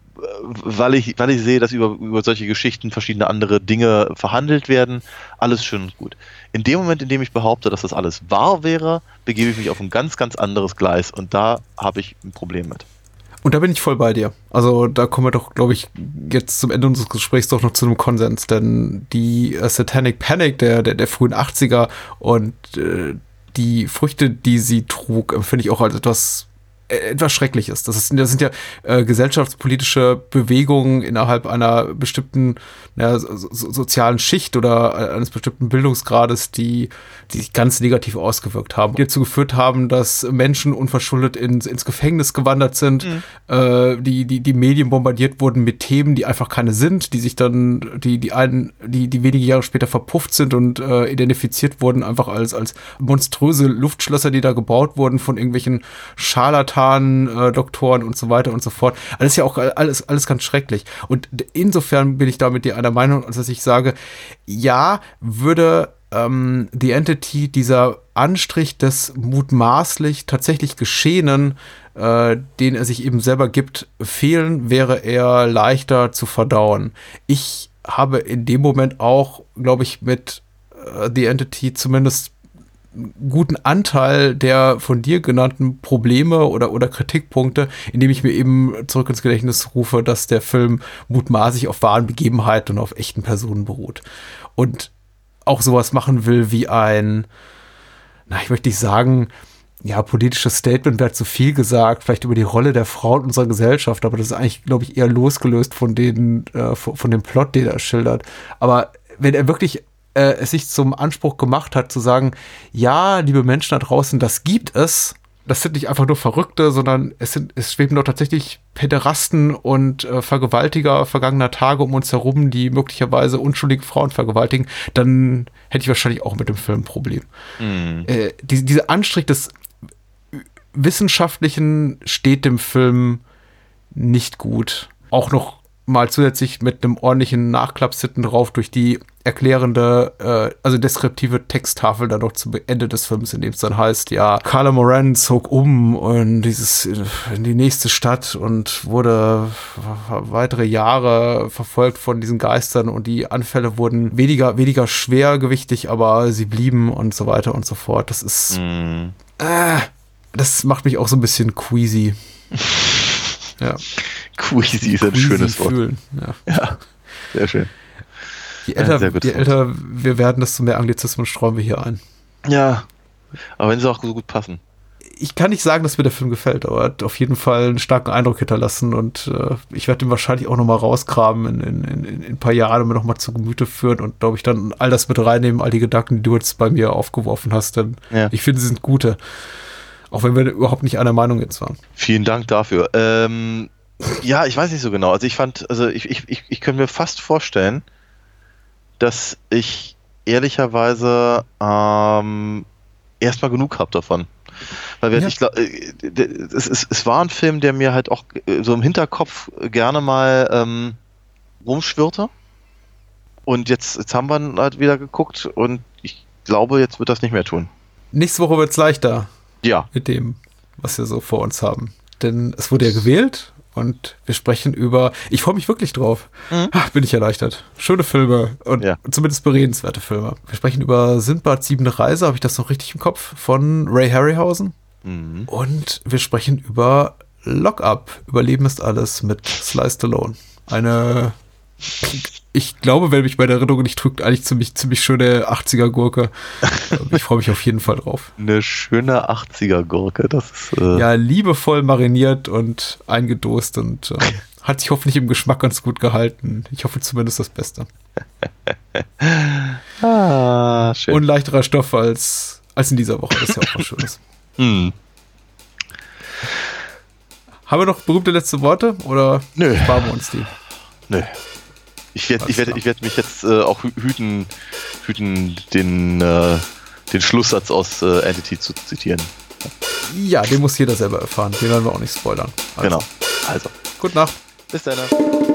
weil ich, weil ich sehe, dass über, über solche Geschichten verschiedene andere Dinge verhandelt werden. Alles schön und gut. In dem Moment, in dem ich behaupte, dass das alles wahr wäre, begebe ich mich auf ein ganz, ganz anderes Gleis und da habe ich ein Problem mit. Und da bin ich voll bei dir. Also da kommen wir doch, glaube ich, jetzt zum Ende unseres Gesprächs doch noch zu einem Konsens, denn die äh, Satanic Panic der, der, der frühen achtziger und äh, die Früchte, die sie trug, empfinde ich auch als etwas etwas Schreckliches. Das, ist, das sind ja äh, gesellschaftspolitische Bewegungen innerhalb einer bestimmten ja, so, so, sozialen Schicht oder eines bestimmten Bildungsgrades, die, die sich ganz negativ ausgewirkt haben, die dazu geführt haben, dass Menschen unverschuldet ins, ins Gefängnis gewandert sind, mhm. äh, die, die, die Medien bombardiert wurden mit Themen, die einfach keine sind, die sich dann, die, die einen, die, die wenige Jahre später verpufft sind und äh, identifiziert wurden, einfach als, als monströse Luftschlösser, die da gebaut wurden von irgendwelchen Scharlatanen, Äh, Doktoren und so weiter und so fort. Alles ja auch alles, alles ganz schrecklich. Und insofern bin ich da mit dir einer Meinung, als dass ich sage, ja, würde ähm, The Entity dieser Anstrich des mutmaßlich tatsächlich Geschehenen, äh, den er sich eben selber gibt, fehlen, wäre er leichter zu verdauen. Ich habe in dem Moment auch, glaube ich, mit äh, The Entity zumindest guten Anteil der von dir genannten Probleme oder, oder Kritikpunkte, indem ich mir eben zurück ins Gedächtnis rufe, dass der Film mutmaßlich auf wahren Begebenheiten und auf echten Personen beruht. Und auch sowas machen will wie ein, na, ich möchte nicht sagen, ja, politisches Statement wäre zu viel gesagt, vielleicht über die Rolle der Frau in unserer Gesellschaft, aber das ist eigentlich, glaube ich, eher losgelöst von den, äh, von, von dem Plot, den er schildert. Aber wenn er wirklich Äh, es sich zum Anspruch gemacht hat, zu sagen, ja, liebe Menschen da draußen, das gibt es. Das sind nicht einfach nur Verrückte, sondern es sind, es schweben doch tatsächlich Päderasten und äh, Vergewaltiger vergangener Tage um uns herum, die möglicherweise unschuldige Frauen vergewaltigen, dann hätte ich wahrscheinlich auch mit dem Film ein Problem. Mhm. Äh, die, diese Anstrich des Wissenschaftlichen steht dem Film nicht gut. Auch noch mal zusätzlich mit einem ordentlichen Nachklaps hinten drauf durch die erklärende, äh, also deskriptive Texttafel dann noch zum Ende des Films, in dem es dann heißt, ja, Carla Moran zog um und dieses in die nächste Stadt und wurde weitere Jahre verfolgt von diesen Geistern und die Anfälle wurden weniger, weniger schwergewichtig, aber sie blieben und so weiter und so fort. Das ist, mm. äh, das macht mich auch so ein bisschen queasy. Ja. Queasy ist ein Queasy schönes Wort. Fühlen. Ja. Ja, sehr schön. Je älter, ja, je älter wir werden, desto mehr Anglizismen streuen wir hier ein. Ja, aber wenn sie auch so gut passen. ich kann nicht sagen, dass mir der Film gefällt, aber er hat auf jeden Fall einen starken Eindruck hinterlassen und äh, ich werde ihn wahrscheinlich auch nochmal rausgraben in, in, in, in ein paar Jahren und mir nochmal zu Gemüte führen und glaube ich dann all das mit reinnehmen, all die Gedanken, die du jetzt bei mir aufgeworfen hast, denn ja. ich finde, sie sind gute. Auch wenn wir überhaupt nicht einer Meinung jetzt waren. Vielen Dank dafür. Ähm, ja, ich weiß nicht so genau. Also ich fand, also ich, ich, ich, ich könnte mir fast vorstellen, dass ich ehrlicherweise ähm, erstmal genug habe davon. Weil wir, ja. ich glaube, es, es, es war ein Film, der mir halt auch so im Hinterkopf gerne mal ähm, rumschwirrte. Und jetzt, jetzt haben wir ihn halt wieder geguckt und ich glaube, jetzt wird das nicht mehr tun. Nächste Woche wird es leichter. Ja. Mit dem, was wir so vor uns haben. Denn es wurde ja gewählt und wir sprechen über, ich freue mich wirklich drauf. Mhm. Ach, bin ich erleichtert. Schöne Filme und ja. zumindest beredenswerte Filme. Wir sprechen über Sindbad Siebente Reise, habe ich das noch richtig im Kopf, von Ray Harryhausen. Mhm. Und wir sprechen über Lock Up, Überleben ist alles mit Sly Stallone. Eine... Ich glaube, wenn mich meine Erinnerung nicht trügt, eigentlich ziemlich, ziemlich schöne achtziger-Gurke. Ich freue mich auf jeden Fall drauf. Eine schöne achtziger-Gurke, das ist... Äh ja, liebevoll mariniert und eingedost und äh, hat sich hoffentlich im Geschmack ganz gut gehalten. Ich hoffe zumindest das Beste. ah, schön. Und leichterer Stoff als, als in dieser Woche, das ist ja auch was Schönes. hm. Haben wir noch berühmte letzte Worte oder Nö. sparen wir uns die? Nö. Ich werde ich werd, ich werd mich jetzt äh, auch hüten, hüten den, äh, den Schlusssatz aus äh, Entity zu zitieren. Ja, den muss jeder selber erfahren. Den werden wir auch nicht spoilern. Also. Genau. Also. Gute Nacht. Bis dann.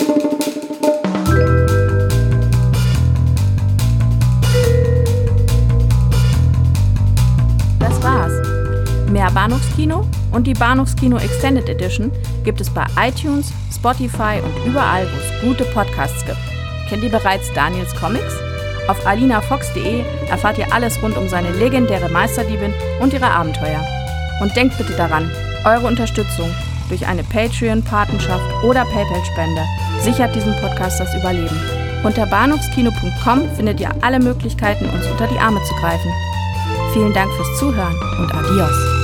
Das war's. Mehr Bahnhofskino und die Bahnhofskino Extended Edition gibt es bei iTunes, Spotify und überall, wo es gute Podcasts gibt. Kennt ihr bereits Daniels Comics? Auf alina fox punkt de erfahrt ihr alles rund um seine legendäre Meisterdiebin und ihre Abenteuer. Und denkt bitte daran, eure Unterstützung durch eine Patreon-Patenschaft oder PayPal-Spende sichert diesem Podcast das Überleben. Unter bahnhofskino punkt com findet ihr alle Möglichkeiten, uns unter die Arme zu greifen. Vielen Dank fürs Zuhören und adios.